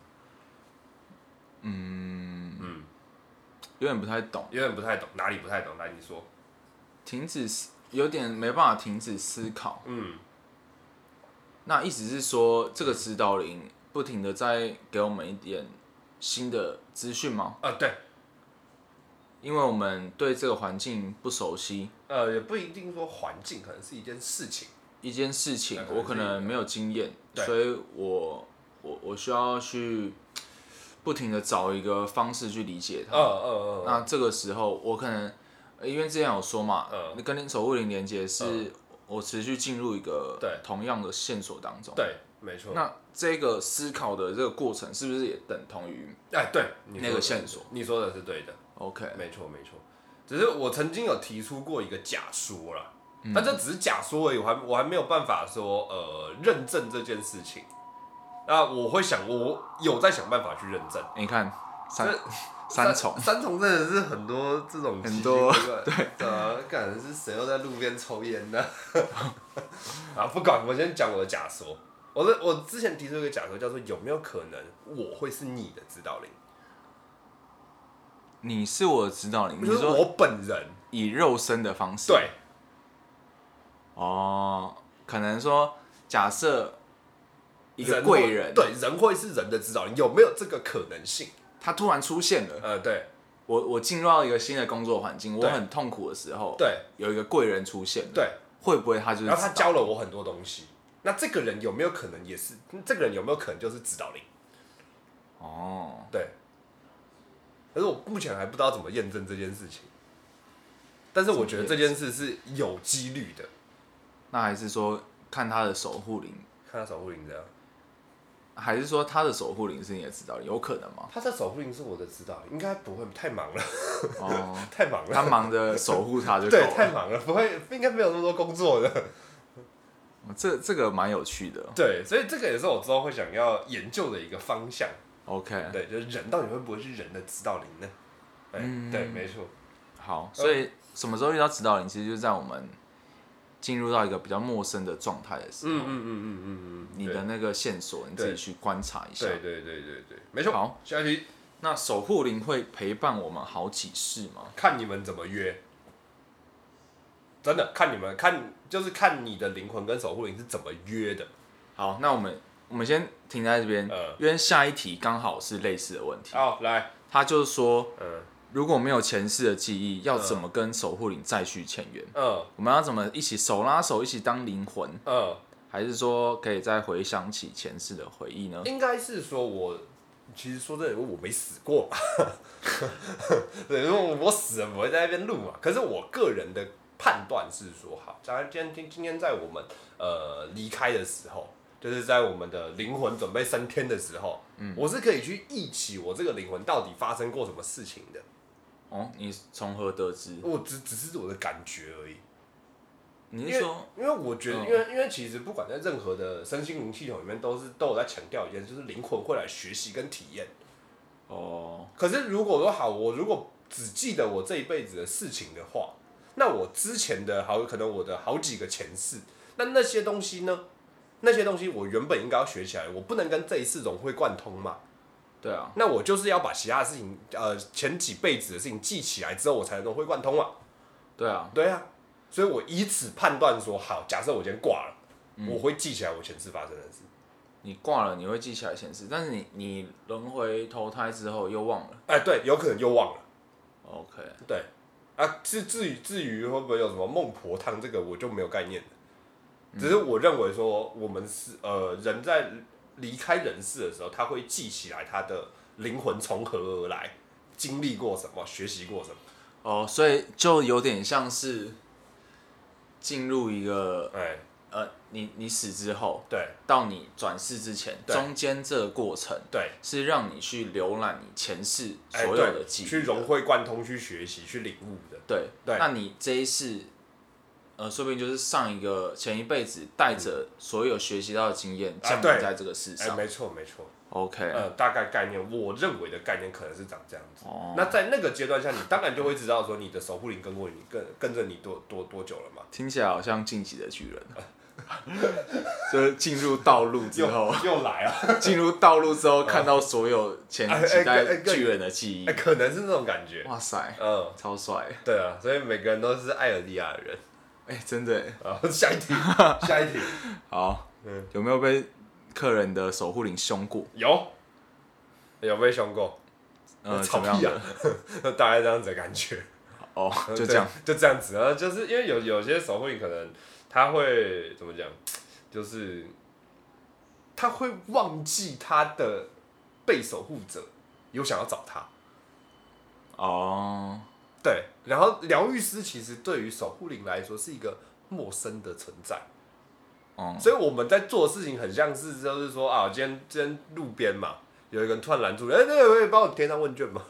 嗯嗯。有点不太懂，
有点不太懂，哪里不太懂？来，你说。
停止，有点没办法停止思考。嗯。那意思是说，这个指导灵不停的在给我们一点新的资讯吗？
啊、呃，对。
因为我们对这个环境不熟悉。
呃，也不一定说环境，可能是一件事情。
一件事情，我可能没有经验，所以我我我需要去。不停的找一个方式去理解它。
嗯嗯嗯。
那这个时候，我可能，因为之前有说嘛，你跟守护灵连接是，我持续进入一个同样的线索当中。
对，没错。
那这个思考的这个过程，是不是也等同于？
哎，对，
那个线索。
你说的是对的。
OK。
没错没错。只是我曾经有提出过一个假说啦，但这只是假说而已，我还我还没有办法说呃认证这件事情。那我会想，我有在想办法去认证。
你看，三三重，
三重真的是很多这种
很多
对的，感觉是谁又在路边抽烟呢？啊，不管，我先讲我的假说。我的我之前提出一个假说，叫做有没有可能我会是你的指导灵？
你是我的指导灵，
就是我本人
以肉身的方式。
对。
哦，可能说假设。一个贵人，
对，人会是人的指导灵，有没有这个可能性？
他突然出现了，
呃，对，
我我进入到一个新的工作环境，我很痛苦的时候，
对，
有一个贵人出现，
对，
会不会他就是？
然后他教了我很多东西，那这个人有没有可能也是？这个人有没有可能就是指导灵？哦，对，可是我目前还不知道怎么验证这件事情，但是我觉得这件事是有几率的。
那还是说看他的守护灵，
看他守护灵这样，
还是说他的守护灵是你的指导灵？有可能吗？
他的守护灵是我的指导灵，应该不会，太忙了。
哦，
太忙了。
他忙着守护他就够
对，
了。
太忙了，不会，应该没有那么多工作的。
这这个蛮有趣的。
对，所以这个也是我之后会想要研究的一个方向。
OK。
对，就是人到底会不会是人的指导灵呢？哎、嗯，对，没错。
好，所以什么时候遇到指导灵，其实就是在我们进入到一个比较陌生的状态的时候，
嗯嗯嗯嗯嗯嗯，
你的那个线索你自己去观察一下。
对对对对对，没错。
好，
下一题。
那守护灵会陪伴我们好几世吗？
看你们怎么约。真的看你们看，就是看你的灵魂跟守护灵是怎么约的。
好，那我们我们先停在这边，呃、因为下一题刚好是类似的问题。
好，来，
他就是说，
嗯，
如果没有前世的记忆，要怎么跟守护灵再续前缘？嗯，我们要怎么一起手拉手一起当灵魂？嗯，还是说可以再回想起前世的回忆呢？
应该是说我。其实说真的，我没死过嘛，对，因为我死了不会在那边录嘛。可是我个人的判断是说，好，假如今天今天在我们呃离开的时候，就是在我们的灵魂准备升天的时候，嗯，我是可以去忆起我这个灵魂到底发生过什么事情的。
哦，你从何得知？
我只只是我的感觉而已。
你是说，
因为我觉得，因为因为其实不管在任何的身心灵系统里面，都是都有在强调一件，就是灵魂会来学习跟体验。哦。可是如果说好，我如果只记得我这一辈子的事情的话，那我之前的好可能我的好几个前世，那那些东西呢？那些东西我原本应该要学起来，我不能跟这一次融会贯通嘛。
对啊。
那我就是要把其他的事情，呃，前几辈子的事情记起来之后，我才能融会贯通嘛。
对啊。
对啊。所以我以此判断说，好，假设我今天挂了，嗯、我会记起来我前世发生的事。
你挂了，你会记起来前世，但是你你轮回投胎之后又忘了。
哎、欸，对，有可能又忘了。
OK。
对。啊，至至于至于会不会有什么孟婆汤，这个我就没有概念了。只是我认为说，我们是呃人在离开人世的时候，他会记起来他的灵魂从何而来，经历过什么，学习过什么。
哦，所以就有点像是。进入一个，欸、呃，你你死之后，
对，
到你转世之前，中间这个过程，
对，
是让你去浏览你前世所有的记忆、欸，
去融会贯通，去学习，去领悟的。
对，对。那你这一世，呃，说不定就是上一个前一辈子带着所有学习到的经验降临在这个世上。
哎、欸，没错没错。
OK。
呃，大概概念，我认为的概念可能是长这样子。哦。那在那个阶段下，你当然就会知道说，你的守护灵跟过你跟跟着你多多多久了嘛？
听起来好像晋级的巨人，就是进入道路之后
又, 又来啊！
进入道路之后，看到所有前几代巨人的记忆，
哎、欸欸欸，可能是那种感觉。
哇塞，
嗯，
超帅。
对啊，所以每个人都是艾尔利亚的人。
哎、欸，真的。
啊，下一题，下一题。
好，嗯，有没有被客人的守护灵凶过？
有。有被凶过？
呃，
怎么样的？大概这样子的感觉。
哦，就这样，
就这样子啊，就是因为有有些守护灵可能他会怎么讲，就是他会忘记他的被守护者有想要找他。哦。对，然后疗愈师其实对于守护灵来说是一个陌生的存在。哦。所以我们在做的事情很像是就是说啊，今天今天路边嘛。有一个人突然拦住了，哎、欸，那个可以帮我填张问卷吗？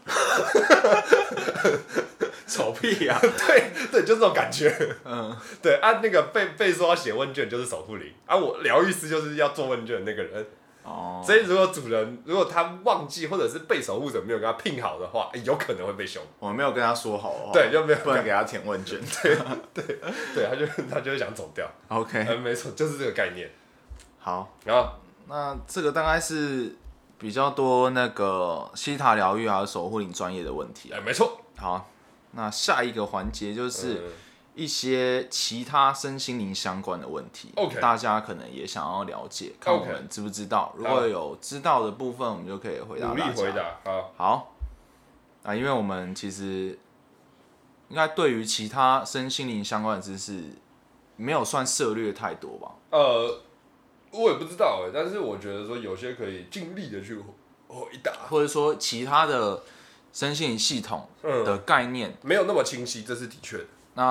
丑屁呀、啊！
对对，就这种感觉。嗯，对啊，那个被被说要写问卷就是守护灵啊，我疗愈师就是要做问卷的那个人。哦。所以如果主人如果他忘记或者是被守护者没有跟他聘好的话，欸、有可能会被凶。
我没有跟他说好的话，
对，就没有
不能给他填问卷。
对对对，他就他就会想走掉。
OK，、
嗯、没错，就是这个概念。
好，
然后
那这个大概是。比较多那个西塔疗愈还有守护灵专业的问题、
啊，哎、欸，没错。
好，那下一个环节就是一些其他身心灵相关的问题。
OK，
大家可能也想要了解，看我们知不知道。如果有知道的部分，我们就可以回答大家。
努力回答。好。
好。啊，因为我们其实应该对于其他身心灵相关的知识，没有算涉略太多吧？
呃。我也不知道哎，但是我觉得说有些可以尽力的去回答，
或者说其他的身心灵系统的概念、
嗯、没有那么清晰，这是的确的。
那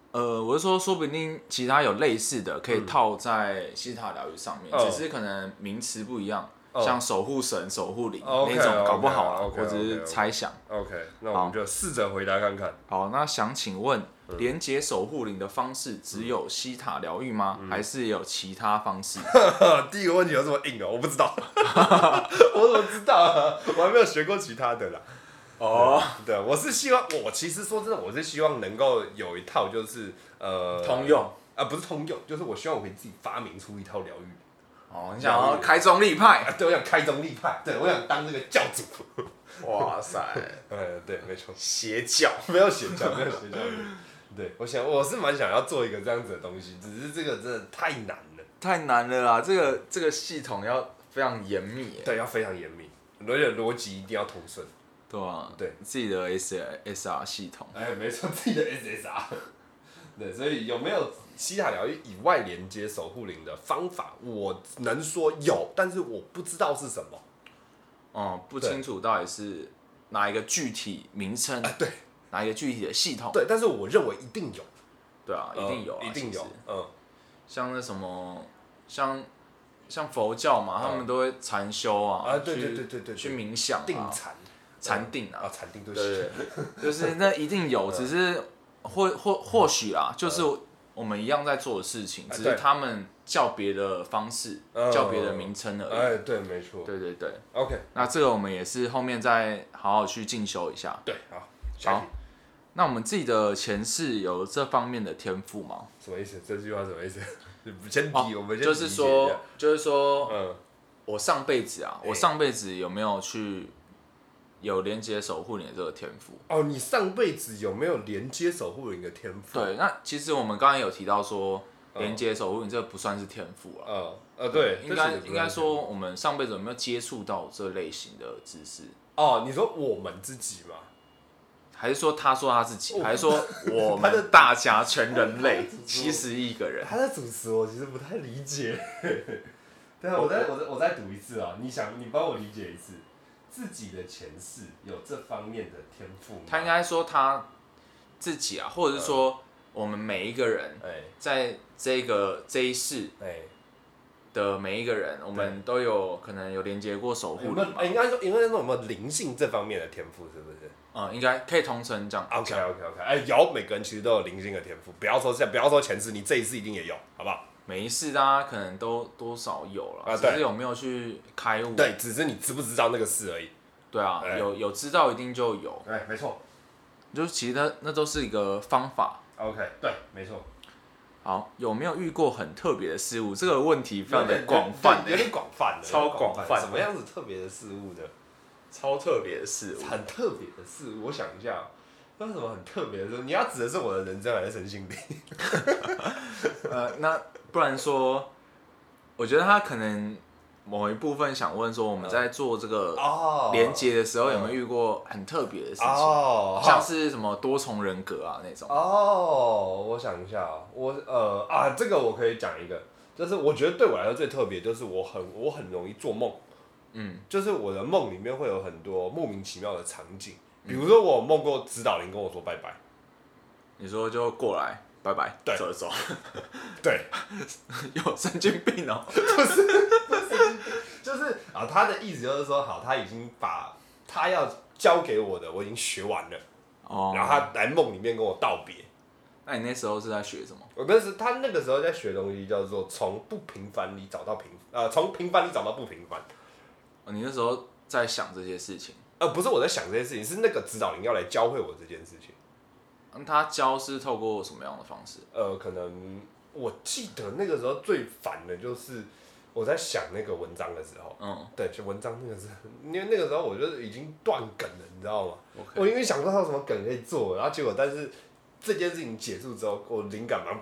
呃，我是说，说不定其他有类似的可以套在西塔疗愈上面，
嗯、
只是可能名词不一样，
嗯、
像守护神、守护灵、
okay,
那种，搞不好啊，
okay, okay,
我只是猜想。
OK， 那我们就试着回答看看。
好，那想请问，嗯、连接守护灵的方式只有西塔疗愈吗？嗯、还是有其他方式？
第一个问题有这么硬哦，我不知道，我怎么知道啊？我还没有学过其他的啦。哦，对，对我是希望，我其实说真的，我是希望能够有一套就是呃
通用
啊，不是通用，就是我希望我可以自己发明出一套疗愈。
哦，你想要开宗立派？
啊、对，我想开宗立派，对我想当那个教主。
哇塞，
呃，对，没错，
邪教
没有邪教，没有邪教。对，我想我是蛮想要做一个这样子的东西，只是这个真的太难了，
太难了啦！这个这个系统要非常严密，
对，要非常严密，而且逻辑一定要通顺。
对啊，
对，
自己的 S S R 系统，
哎，没错，自己的 S S R。对，所以有没有西塔疗愈以外连接守护灵的方法？我能说有，但是我不知道是什么。
哦、嗯，不清楚到底是哪一个具体名称、
啊，对，
哪一个具体的系统？
对，但是我认为一定有。
对啊，一定有、啊
呃，一定有。嗯，
像那什么，像像佛教嘛，嗯、他们都会禅修啊，
啊，对对对对对，
去冥想、啊、
定禅。
禅定啊，
啊，禅定对
对，就是那一定有，只是或或或许啊，就是我们一样在做的事情，只是他们叫别的方式，叫别的名称而已。
哎，对，没错。
对对对
，OK，
那这个我们也是后面再好好去进修一下。
对，好，
好，那我们自己的前世有这方面的天赋吗？
什么意思？这句话什么意思？先提，我们先
就是说，就是说，
嗯，
我上辈子啊，我上辈子有没有去？有连接守护灵的这个天赋
哦，你上辈子有没有连接守护灵的天赋？
对，那其实我们刚才有提到说，连接守护灵这不算是天赋了。
呃呃，对，
应该应该说我们上辈子有没有接触到这类型的知识？
哦，你说我们自己吗？
还是说他说他自己？还是说我们大家全人类七十亿个人？
他的主持我其实不太理解。对啊，我再我再我再读一次啊！你想，你帮我理解一次。自己的前世有这方面的天赋吗？
他应该说他自己啊，或者是说我们每一个人，在这个这一世的每一个人，我们都有可能有连接过守护灵嘛？
应该说，应该说有没有灵性这方面的天赋，是不是？
嗯，应该可以同成这样。
OK OK OK， 哎，有，每个人其实都有灵性的天赋，不要说不要说前世，你这一世一定也有，好不好？
每一世大家可能都多少有了，啊、只是有没有去开悟？
对，只是你知不知道那个事而已。
对啊，欸、有有知道一定就有。
对，没错。
就其实那那都是一个方法。
OK， 对，没错。
好，有没有遇过很特别的事物？这个问题非常的广泛，
有点广泛的，
超广泛。
什么样子特别的事物呢？
超特别的事物，
很特别的事物。我想一下，有什么很特别的事物？你要指的是我的人生还是身心灵？
呃，那不然说，我觉得他可能某一部分想问说，我们在做这个连接的时候，有没有遇过很特别的事情？哦，像是什么多重人格啊那种？
哦，我想一下，我呃啊，这个我可以讲一个，就是我觉得对我来说最特别，就是我很我很容易做梦。嗯，就是我的梦里面会有很多莫名其妙的场景，比如说我梦过指导灵跟我说拜拜，
你说就过来拜拜，
对，
走走，
对，
有神经病哦、喔，
不是，不是，就是啊，他的意思就是说，好，他已经把他要教给我的我已经学完了，哦，然后他来梦里面跟我道别。
那你那时候是在学什么？
我那时他那个时候在学东西叫做从不平凡里找到平，呃，从平凡里找到不平凡。
你那时候在想这些事情？
呃，不是我在想这些事情，是那个指导灵要来教会我这件事情。
嗯、他教是透过什么样的方式？
呃，可能我记得那个时候最烦的就是我在想那个文章的时候，嗯，对，就文章那个时候，因为那个时候我就已经断梗了，你知道吗？ Okay. 我因为想不到还有什么梗可以做，然后结果但是这件事情结束之后，我灵感马上，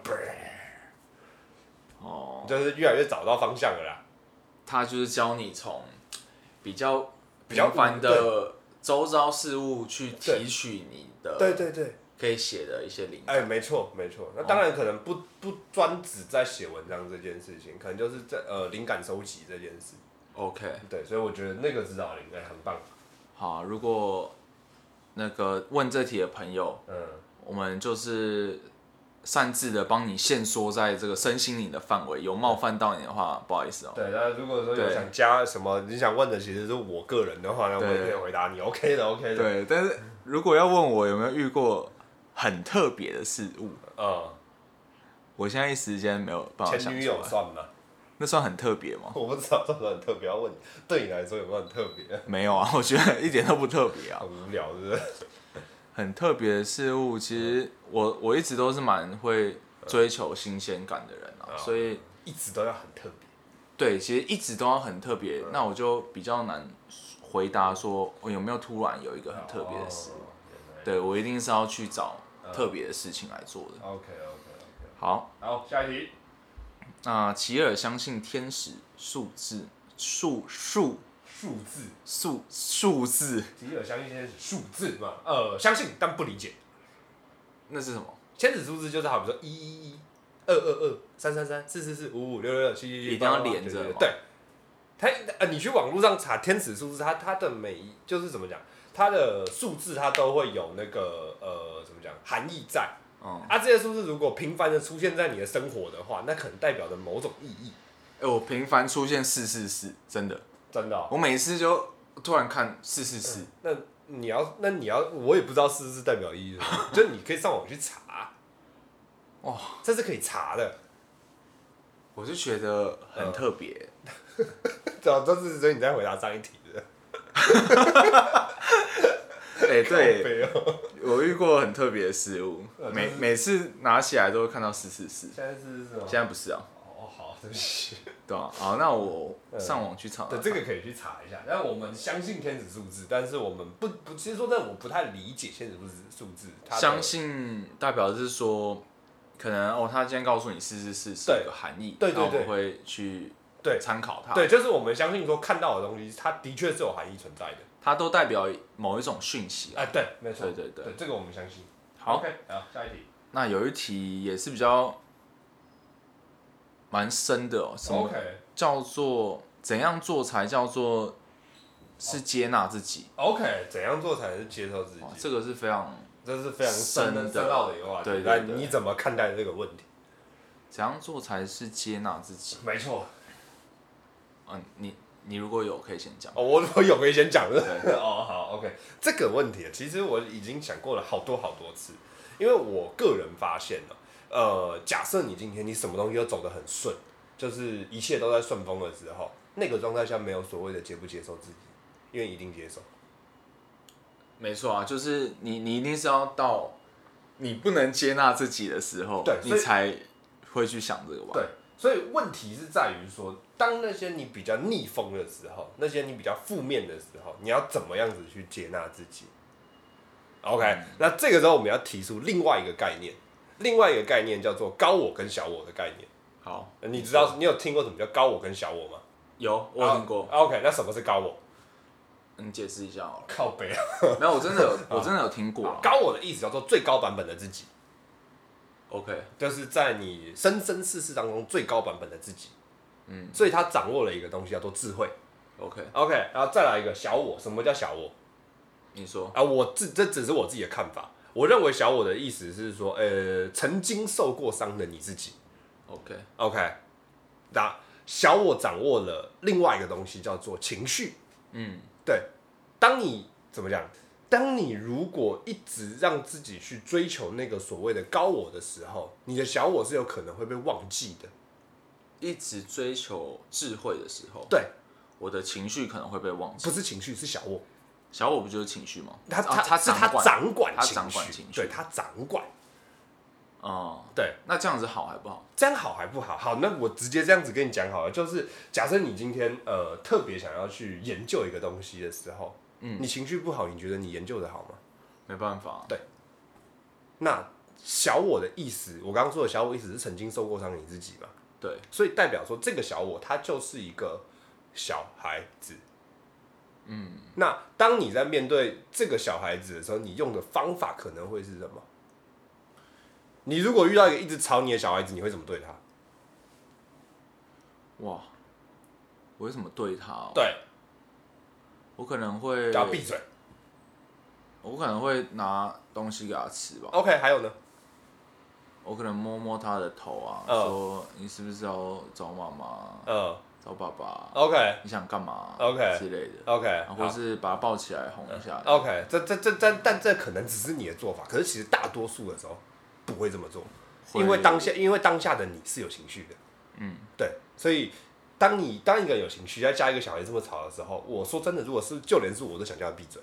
哦，就是越来越找到方向了啦。
他就是教你从比较平凡的周遭事物去提取你的，
对对对，
可以写的一些灵感。
哎、欸，没错没错。那当然可能不不专只在写文章这件事情，可能就是在呃灵感收集这件事。
OK，
对，所以我觉得那个指导灵哎很棒。
好，如果那个问这题的朋友，嗯，我们就是擅自的帮你限缩在这个身心灵的范围，有冒犯到你的话，不好意思哦。
对，那如果说有想加什么，你想问的其实是我个人的话，那我也可以回答你 ，OK 的，OK 的。
对，但是如果要问我有没有遇过很特别的事物，嗯，我现在一时间没有办法想出来。
前女友算吗？
那算很特别吗？
我不知道，这很特别。要问你，对你来说有没有很特别？
没有啊，我觉得一点都不特别啊。
很无聊，是不是？
很特别的事物，其实我我一直都是蛮会追求新鲜感的人啊，
嗯、
所以
一直都要很特别。
对，其实一直都要很特别，
嗯、
那我就比较难回答说我有没有突然有一个很特别的事物。哦、对，我一定是要去找特别的事情来做的。
OK OK OK。
好，
好，下一题。
那齐尔相信天使数字数数
数字
数数字，
齐尔相信天使数字嘛？呃，相信但不理解。
那是什么？
天使数字就是好比说一一一、二二二、三三三、四四四、五五六六六、七七七，
一定要连着。
对，它呃，你去网络上查天使数字，它它的每一就是怎么讲，它的数字它都会有那个呃怎么讲含义在。嗯、啊，这些数字如果频繁的出现在你的生活的话，那可能代表着某种意义。
哎、欸，我频繁出现四四四，真的
真的、喔，
我每次就突然看四四四。
那你要，那你要，我也不知道四四四代表意义是什么，就你可以上网去查。哇，这是可以查的。
我就觉得很特别。
对啊，这是所以你在回答上一题的。
哎、欸，对，
喔、
我遇过很特别的事物，每每次拿起来都会看到四四四。
现在是是吗？
现在不是啊。
哦，好，对不起。
对啊，好，那我上网去查。
对，这个可以去查一下。但我们相信天使数字，但是我们不不，其实说真的，我不太理解天使数字数字。
相信代表是说，可能哦，他今天告诉你四四四是一个含义，
对对对，
我们会去参考它。
对，就是我们相信说看到的东西，它的确是有含义存在的。
它都代表某一种讯息
啊，对，没错，
对对 对,
对，这个我们相信。
好
，OK， 好，下一题。
那有一题也是比较蛮深的哦，什么叫做怎样做才叫做是接纳自己
？OK， 怎样做才是接受自己？
这个是非常，
这是非常深的深奥的一个话题。
对对对，
你怎么看待这个问题？
怎样做才是接纳自己？
没错。
嗯，你。你如果有可以先讲
哦，我我有可以先讲的哦，好 ，OK， 这个问题其实我已经想过了好多好多次，因为我个人发现了，呃，假设你今天你什么东西都走得很顺，就是一切都在顺风的时候，那个状态下没有所谓的接不接受自己，因为一定接受。
没错啊，就是你你一定是要到你不能接纳自己的时候，
对，
你才会去想这个吧？
对。所以问题是在于说，当那些你比较逆风的时候，那些你比较负面的时候，你要怎么样子去接纳自己 ？OK，、嗯、那这个时候我们要提出另外一个概念，另外一个概念叫做高我跟小我的概念。
好，
你知道你有听过什么叫高我跟小我吗？
有，我有听过。
OK， 那什么是高我？
你解释一下好了。
靠北啊！
没有，我真的有，我真的有听过。
高我的意思叫做最高版本的自己。
OK，
就是在你生生世世当中最高版本的自己，嗯，所以他掌握了一个东西叫做智慧。
OK
OK， 然后再来一个小我，什么叫小我？
你说
啊，我自这只是我自己的看法。我认为小我的意思是说，呃，曾经受过伤的你自己。
OK
OK， 那小我掌握了另外一个东西叫做情绪。嗯，对，当你怎么讲？当你如果一直让自己去追求那个所谓的高我的时候，你的小我是有可能会被忘记的。
一直追求智慧的时候，
对，
我的情绪可能会被忘记。
不是情绪，是小我。
小我不就是情绪吗？
他他、
啊、他
是他掌管
他掌管情绪，
对他掌管。
哦、嗯，
对，
那这样子好还不好？
这样好还不好？好，那我直接这样子跟你讲好了，就是假设你今天呃特别想要去研究一个东西的时候。嗯，你情绪不好，你觉得你研究的好吗？
没办法。
对。那小我的意思，我刚刚说的小我意思是曾经受过伤的你自己嘛？
对。
所以代表说，这个小我他就是一个小孩子。嗯。那当你在面对这个小孩子的时候，你用的方法可能会是什么？你如果遇到一个一直吵你的小孩子，你会怎么对他？
哇！我会怎么对他、哦？
对。
我可能会
叫他闭嘴。
我可能会拿东西给他吃吧。
OK， 还有呢？
我可能摸摸他的头啊，
嗯、
说你是不是要找妈妈？
嗯，
找爸爸。
OK，
你想干嘛
OK
之类的。
OK，
或是把他抱起来哄一下。
OK， 这这这这，但这可能只是你的做法，可是其实大多数的时候不会这么做，因为当下因为当下的你是有情绪的。嗯，对，所以当你当一个人有情绪，再加一个小孩这么吵的时候，我说真的，如果是就连是我都想叫他闭嘴。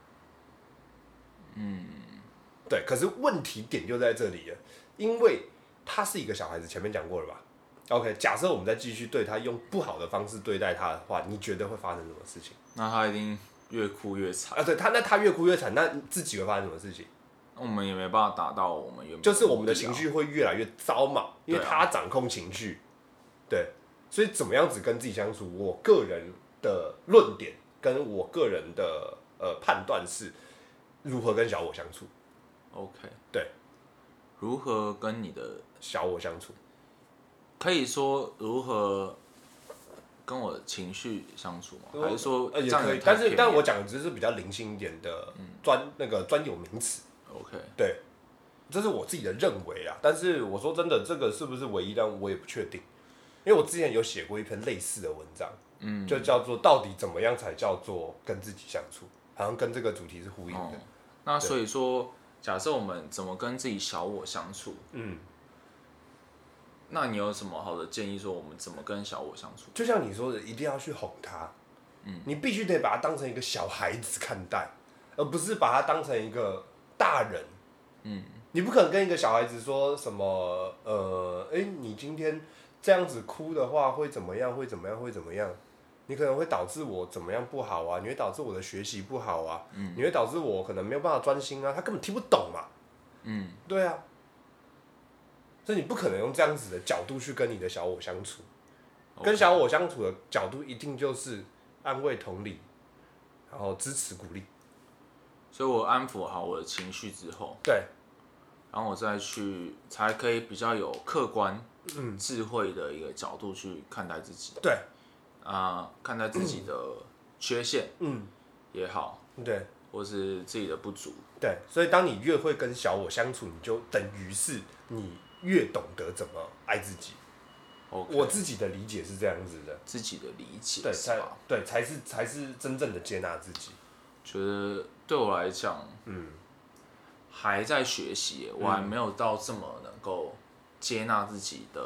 嗯，对，可是问题点就在这里了，因为他是一个小孩子，前面讲过了吧 ？OK， 假设我们再继续对他用不好的方式对待他的话，你觉得会发生什么事情？
那他一定越哭越惨
啊！对他，那他越哭越惨，那自己会发生什么事情？
我们也没办法达到我们原本
就是我们的情绪会越来越糟嘛，因为
啊
他掌控情绪，对，所以怎么样子跟自己相处？我个人的论点跟我个人的呃判断是，如何跟小我相处。
OK，
对，
如何跟你的
小我相处？
可以说如何跟我的情绪相处吗？还是说
呃也可以，但是但我讲的只是比较灵性一点的专、嗯、那个专有名词。
OK，
对，这是我自己的认为啊。但是我说真的，这个是不是唯一？但我也不确定，因为我之前有写过一篇类似的文章，嗯，就叫做到底怎么样才叫做跟自己相处，好像跟这个主题是呼应的。哦、
那所以说，假设我们怎么跟自己小我相处，嗯。那你有什么好的建议？说我们怎么跟小我相处？
就像你说的，一定要去哄他，嗯，你必须得把他当成一个小孩子看待，而不是把他当成一个大人，嗯，你不可能跟一个小孩子说什么，呃，哎、欸，你今天这样子哭的话会怎么样？会怎么样？会怎么样？你可能会导致我怎么样不好啊？你会导致我的学习不好啊？嗯，你会导致我可能没有办法专心啊？他根本听不懂嘛，嗯，对啊。所以你不可能用这样子的角度去跟你的小我相处， okay. 跟小我相处的角度一定就是安慰、同理，然后支持、鼓励。
所以我安抚好我的情绪之后，
对，
然后我再去，才可以比较有客观、嗯、智慧的一个角度去看待自己。
对，
啊、呃，看待自己的缺陷，嗯，也好，
对，
或是自己的不足。
对，所以当你越会跟小我相处，你就等于是你越懂得怎么爱自己。Okay. 我自己的理解是这样子的，
自己的理解，
对，才对，才是才是真正的接纳自己。
觉得对我来讲，嗯，还在学习，我还没有到这么能够接纳自己的、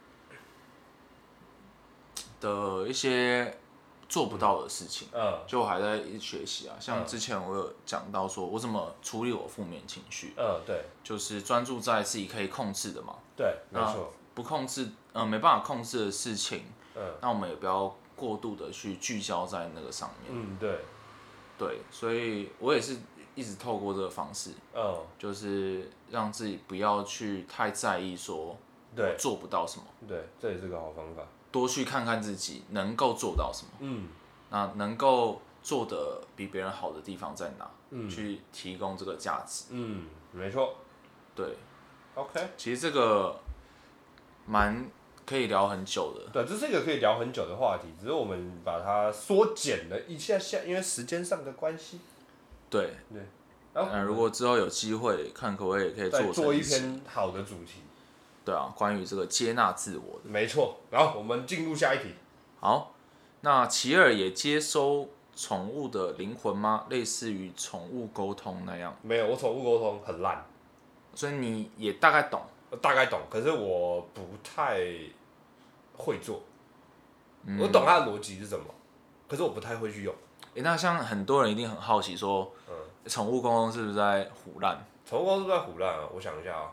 嗯、的一些做不到的事情，嗯，就我还在学习啊。像之前我有讲到说，我怎么处理我负面情绪，
嗯，对，
就是专注在自己可以控制的嘛，
对，没错。
不控制，呃，没办法控制的事情，嗯，那我们也不要过度的去聚焦在那个上面。
嗯，对，
对，所以我也是一直透过这个方式，嗯，就是让自己不要去太在意说，我做不到什么。
对，这也是个好方法。
多去看看自己能够做到什么，嗯，那能够做的比别人好的地方在哪？嗯，去提供这个价值。
嗯，没错。
对
，OK。
其实这个。蛮可以聊很久的，
对，这是一个可以聊很久的话题，只是我们把它缩减了一下下，因为时间上的关系。
对对，然后、呃、如果之后有機會，看可不可以可以做
做一篇好的主題。
對啊，關於這個接納自我的。
沒錯，然後我們進入下一題。
好，那齊爾也接收寵物的靈魂嗎？類似於寵物溝通那樣？
沒有，我寵物溝通很爛，
所以你也大概懂。
大概懂，可是我不太會做。嗯、我懂它的邏輯是什麼，可是我不太會去用。
欸、那像很多人一定很好奇說，嗯，寵物溝通是不是在唬爛？
寵物溝通是不是在唬爛啊？我想一下啊，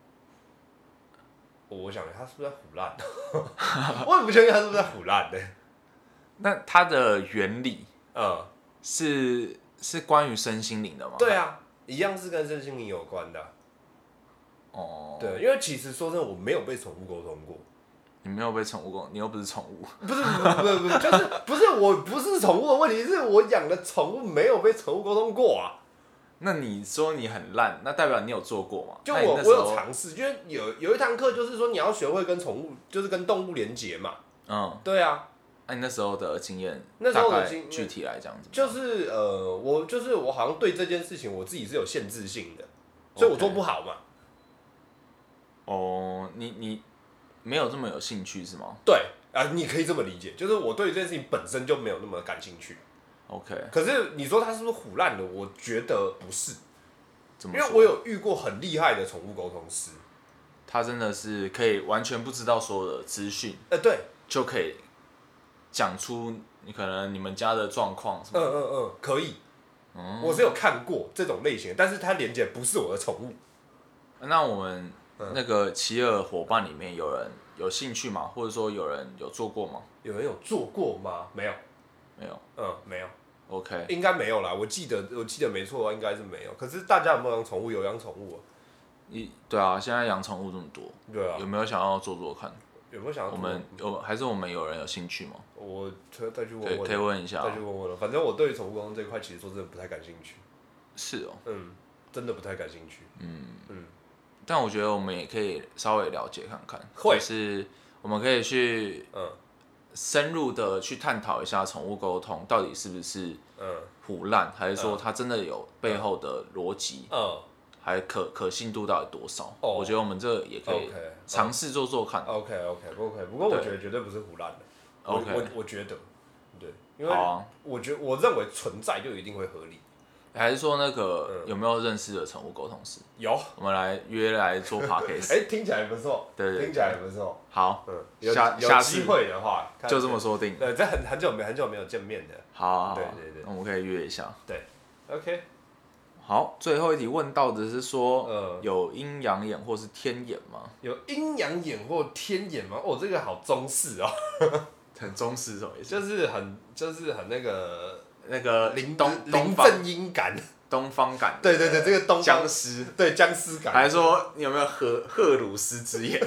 我想一下，它是不是在唬爛？我也不確定它是不是在唬爛的。
那它的原理，嗯，是是關於身心靈的嗎？
對啊，一樣是跟身心靈有關的、啊。哦，對，因為其實說真的，我沒有被寵物溝通過。
你沒有被寵物溝通，你又不是寵物。
不是不是不是不是，就是不是我不是寵物的問題，是我養的寵物沒有被寵物溝通過啊。
那你說你很爛，那代表你有做過嗎？
就我我有嘗試，因為有有一堂課就是說你要學會跟寵物，就是跟動物連結嘛。嗯，對啊。
那、啊、你那時候的經驗，
那時候的經驗
具體來講，
就是呃，我就是我好像對這件事情我自己是有限制性的，所以我做不好嘛。
哦，你你没有这么有兴趣是吗？
对啊，你可以这么理解，就是我对这件事情本身就没有那么感兴趣。
OK，
可是你说他是不是唬烂的？我觉得不是，
因
因为我有遇过很厉害的宠物沟通师，
他真的是可以完全不知道所有的资讯，
呃，对，
就可以讲出你可能你们家的状况什么。
嗯嗯嗯，可以。嗯、我是有看过这种类型的，但是它连接不是我的宠物。
那我们那个奇尔伙伴里面有人有兴趣吗？或者说有人有做过吗？
有人有做过吗？没有，
没有。
嗯，没有。
OK，
应该没有啦。我记得我记得没错，应该是没有。可是大家有没有养宠物？有养宠物啊？
一对啊，现在养宠物这么多，
对啊，
有没有想要做做看？
有没有想要
我们有还是我们有人有兴趣吗？
我再去问问，
可以问一下，
再去问问了。反正我对于宠物沟通这一块，其实说真的不太感兴趣。
是哦，
嗯，真的不太感兴趣。
嗯
嗯，
但我觉得我们也可以稍微了解看看，
会
就是我们可以去
嗯
深入的去探讨一下宠物沟通到底是不是
嗯
唬烂，还是说它真的有背后的逻辑，
嗯，
还可可信度到底多少？
哦
我觉得我们这个也可以尝试做做看。
OK OK OK， 不过我觉得绝对不是唬烂的。
OK，
我我觉得，对，因为
啊
我觉我认为存在就一定会合理。
还是说那个有没有认识的宠物沟通师？
有，
我们来约来做 podcast。
哎，听起来不错，
对对，
听起来不错。
好，
嗯，有
下
有机会的话，
就这么说定。
对，这很很久没很久没有见面的。
好，好，
对对对，
那我们可以约一下。
对 ，OK。
好，最后一题问到的是说，
呃，
有阴阳眼或是天眼吗？
有阴阳眼或天眼吗？哦，这个好中式哦。
很中式什么意思？
就是很就是很那个
那个
临
东
临阵阴感，
东方感。
对对对，这个东
僵尸，
对僵尸感。
还是说你有没有赫赫鲁斯之眼？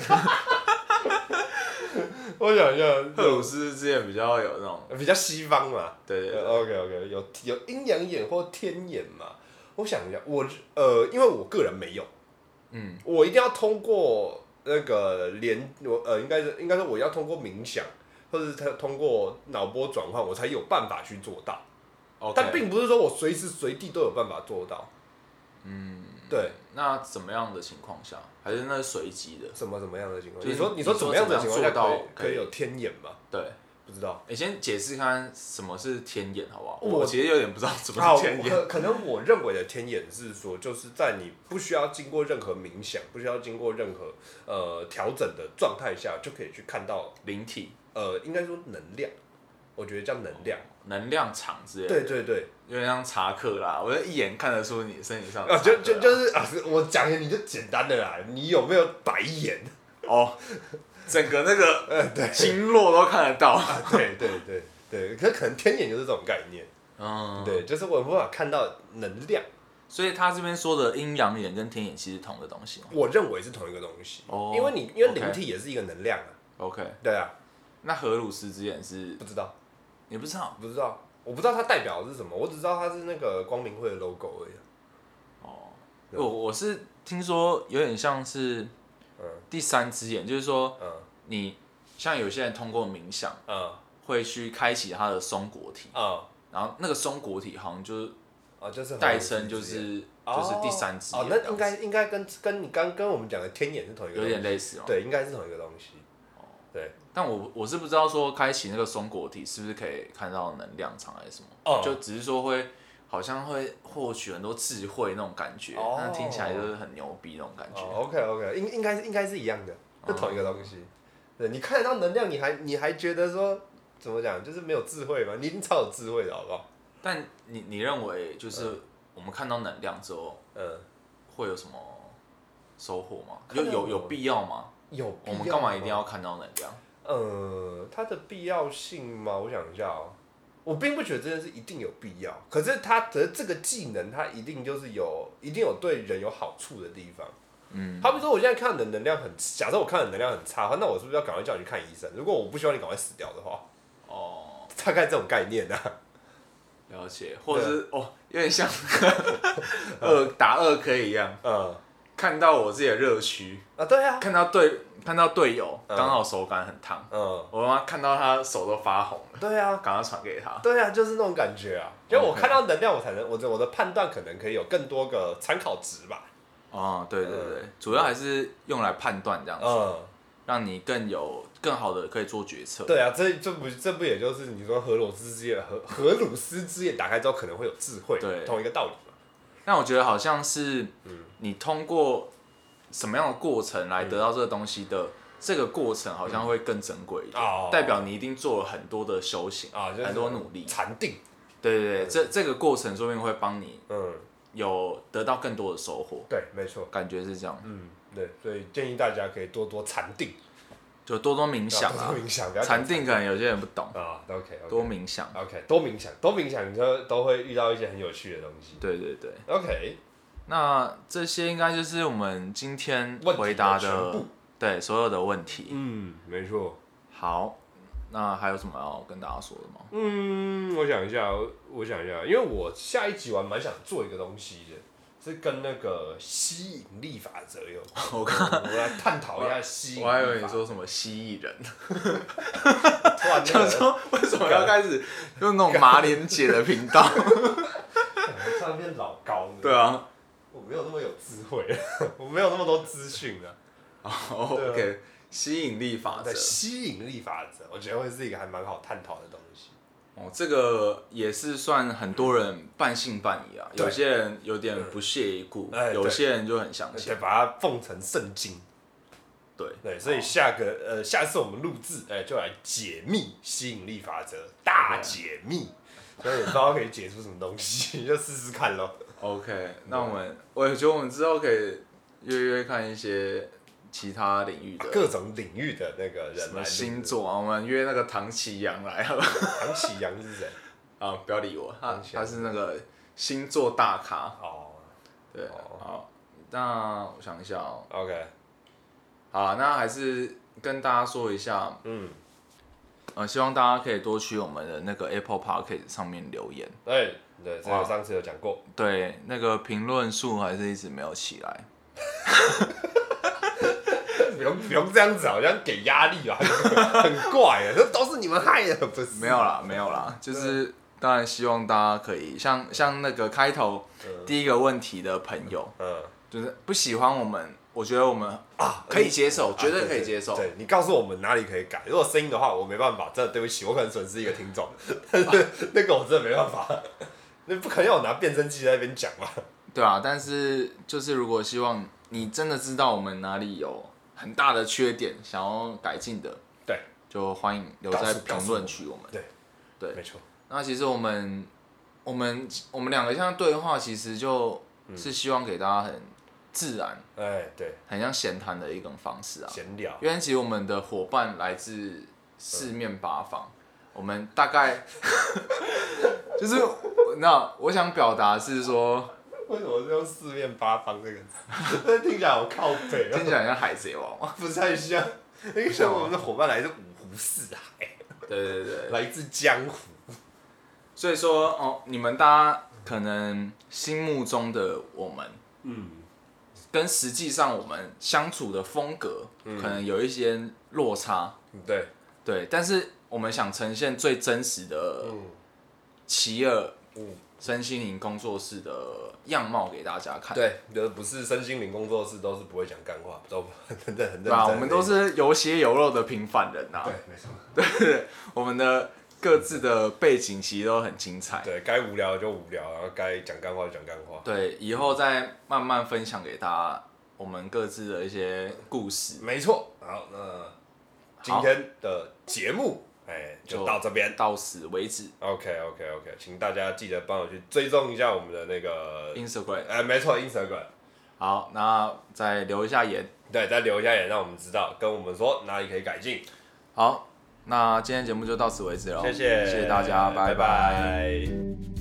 我想一下，
赫鲁斯之眼比较有那种
比较西方嘛。
对对对
OK OK， 有有阴阳眼或天眼嘛？我想一下，我呃，因为我个人没有，
嗯，
我一定要通过那个连我呃，应该是应该说我要通过冥想，或者是他通过脑波转换，我才有办法去做到。
Okay，
但并不是说我随时随地都有办法做到。
嗯，
对。
那怎么样的情况下，还是那是随机的？
什么什么样的情况？
就是
你说你说怎么样的情况下可以可以有天眼吗？
对，
不知道。
你先解释看什么是天眼好不好？
我
我其实有点不知道什么是天眼。
可可能我认为的天眼是说，就是在你不需要经过任何冥想，不需要经过任何呃调整的状态下，就可以去看到
灵体。
呃，应该说能量，我觉得叫能量，
能量场之类的。
对对对，
有点像查克拉，我就一眼看得出你身体上。
啊，就就就是啊，我讲的你就简单的啦，你有没有白眼？
哦，整个那个呃对经络都看得到。
啊、对对对对，可可能天眼就是这种概念。
嗯，
对，就是我有办法看到能量。
所以他这边说的阴阳眼跟天眼其实同个东西吗？
我认为是同一个东西。
哦，
因为你因为灵体也是一个能量啊。
OK。
对啊。
那荷鲁斯之眼是
不知道，
你不知道？
不知道，我不知道它代表的是什么，我只知道它是那个光明会的 logo 而已。
哦，我我是听说有点像是，第三只眼，就是说，嗯，你像有些人通过冥想，嗯，会去开启他的松果体，嗯，然后那个松果体好像就是，哦，就是代称就是就是第三只眼。
哦，那应该应该跟跟你刚跟我们讲的天眼是同一个，
有点类似哦。
对，应该是同一个东西。对，
但我我是不知道说开启那个松果体是不是可以看到能量场还是什么，哦、就只是说会好像会获取很多智慧那种感觉，哦、那听起来就是很牛逼那种感觉。
哦、OK OK， 应应该是应该是一样的，是同一个东西。嗯、对，你看得到能量，你还你还觉得说怎么讲，就是没有智慧吗？你一定超有智慧的好不好？
但你你认为就是我们看到能量之后，嗯，会有什么收获吗？有有有必要吗？
有，
我们干嘛一定要看到能量？
呃，它的必要性吗？我想一下哦，我并不觉得这件事一定有必要。可是它的这个技能，它一定就是有，一定有对人有好处的地方。嗯，好比说，我现在看的能量很，假设我看的能量很差，那我是不是要赶快叫你去看医生？如果我不希望你赶快死掉的话，哦，大概这种概念啊。
了解，或者是哦，有点像二打二 K 一样，嗯。看到我自己的热区
啊，对啊，
看到队看到队友刚好手感很烫，嗯，我妈看到他手都发红了，
对啊，
赶快传给他，
对啊，就是那种感觉啊，就我看到能量，我才能我的我的判断可能可以有更多个参考值吧，
哦，对对对，嗯、主要还是用来判断这样子，嗯、让你更有更好的可以做决策。
对啊，这这不这不也就是你说荷鲁斯之眼荷荷鲁斯之眼打开之后可能会有智慧，对，同一个道理嘛。
那我觉得好像是，你通过什么样的过程来得到这个东西的。嗯这个过程好像会更珍贵一点，嗯、代表你一定做了很多的修行，啊就是、很多努力，
禅定。
对对对，嗯、这这个过程说不定会帮你，嗯，有得到更多的收获。
对，没错，
感觉是这样。
嗯，对，所以建议大家可以多多禅定，
就多多冥想啊。
多多冥想，
禅定可能有些人不懂
啊。OK，
多冥想。
OK， 多冥想，多冥想，你就都会遇到一些很有趣的东西。
对对对。
OK，
那这些应该就是我们今天回答的。对所有的问题，
嗯，没错。
好，那还有什么要跟大家说的吗？
嗯，我想一下，我想一下，因为我下一集我还蛮想做一个东西的，是跟那个吸引力法则有关。我我来探讨一下吸引力法则。
我还以为你说什么蜥蜴人，突然想说为什么要开始用那种马连姐的频道？
突然变老高。
对啊，
我没有那么有智慧，我没有那么多资讯啊。
Oh, OK， 吸引力法则。
吸引力法则，我觉得会是一个还蛮好探讨的东西。
哦，这个也是算很多人半信半疑啊，有些人有点不屑一顾，嗯、有些人就很相信，
对，把它奉成圣经。
对
对，所以下个呃，下次我们录制，哎、欸，就来解密吸引力法则，大解密。所以也不知道可以解出什么东西，就试试看咯。
OK， 那我们，我觉得我们之后可以约约看一些。其他领域的
各种领域的那个人来，什
么星座啊？我们约那个唐启阳来好了。
唐启阳是谁？
啊，不要理我，他他是那个星座大咖。
哦，
对，哦、好，那我想一下哦。
OK，
好，那还是跟大家说一下，嗯，呃，希望大家可以多去我们的那个 Apple Podcast 上面留言。
对对，这个上次有讲过。
对，那个评论数还是一直没有起来。
不用不用这样子，好像给压力啊，很怪啊，这都是你们害的，不是？
没有啦，没有啦，就是当然希望大家可以像像那个开头、嗯、第一个问题的朋友，嗯，就是不喜欢我们，我觉得我们啊可以接受，啊、绝对可以接受。
对, 对, 对，你告诉我们哪里可以改，如果声音的话，我没办法，真的对不起，我可能损失一个听众，但是那个我真的没办法，那不可能要我拿变声器在那边讲嘛。
对啊，但是就是如果希望你真的知道我们哪里有很大的缺点，想要改进的，
对，
就欢迎留在评论区。我们
对
对，
没错。
那其实我们我们我们两个像对话，其实就是希望给大家很自然，
哎、嗯，对，
很像闲谈的一种方式啊。
闲聊。
因为其实我们的伙伴来自四面八方，嗯、我们大概就是那我想表达是说。
为什么是用四面八方这个词？这听起来好靠北、喔，
听起来像海贼王吗？
不太像，那个像我们的伙伴来自五湖四海，
对对对，
来自江湖。
所以说哦，你们大家可能心目中的我们，嗯，跟实际上我们相处的风格，嗯、可能有一些落差。
对
对，但是我们想呈现最真实的奇尔。嗯身心灵工作室的样貌给大家看。
对，就是不是身心灵工作室都是不会讲干话，都很认真很认真。
对啊，我们都是有血有肉的平凡人啊。
对，没错。
对，我们的各自的背景其实都很精彩。
对，该无聊就无聊，然后该讲干话就讲干话。
对，以后再慢慢分享给大家我们各自的一些故事。
没错。好，那今天的节目。哎，就到这边，
到此为止。
OK OK OK， 请大家记得帮我去追踪一下我们的那个
Instagram。
哎，没错 ，Instagram。
好，那再留一下言。
对，再留一下言，让我们知道，跟我们说哪里可以改进。
好，那今天节目就到此为止了。
谢谢，
谢谢大家，拜拜。
拜拜。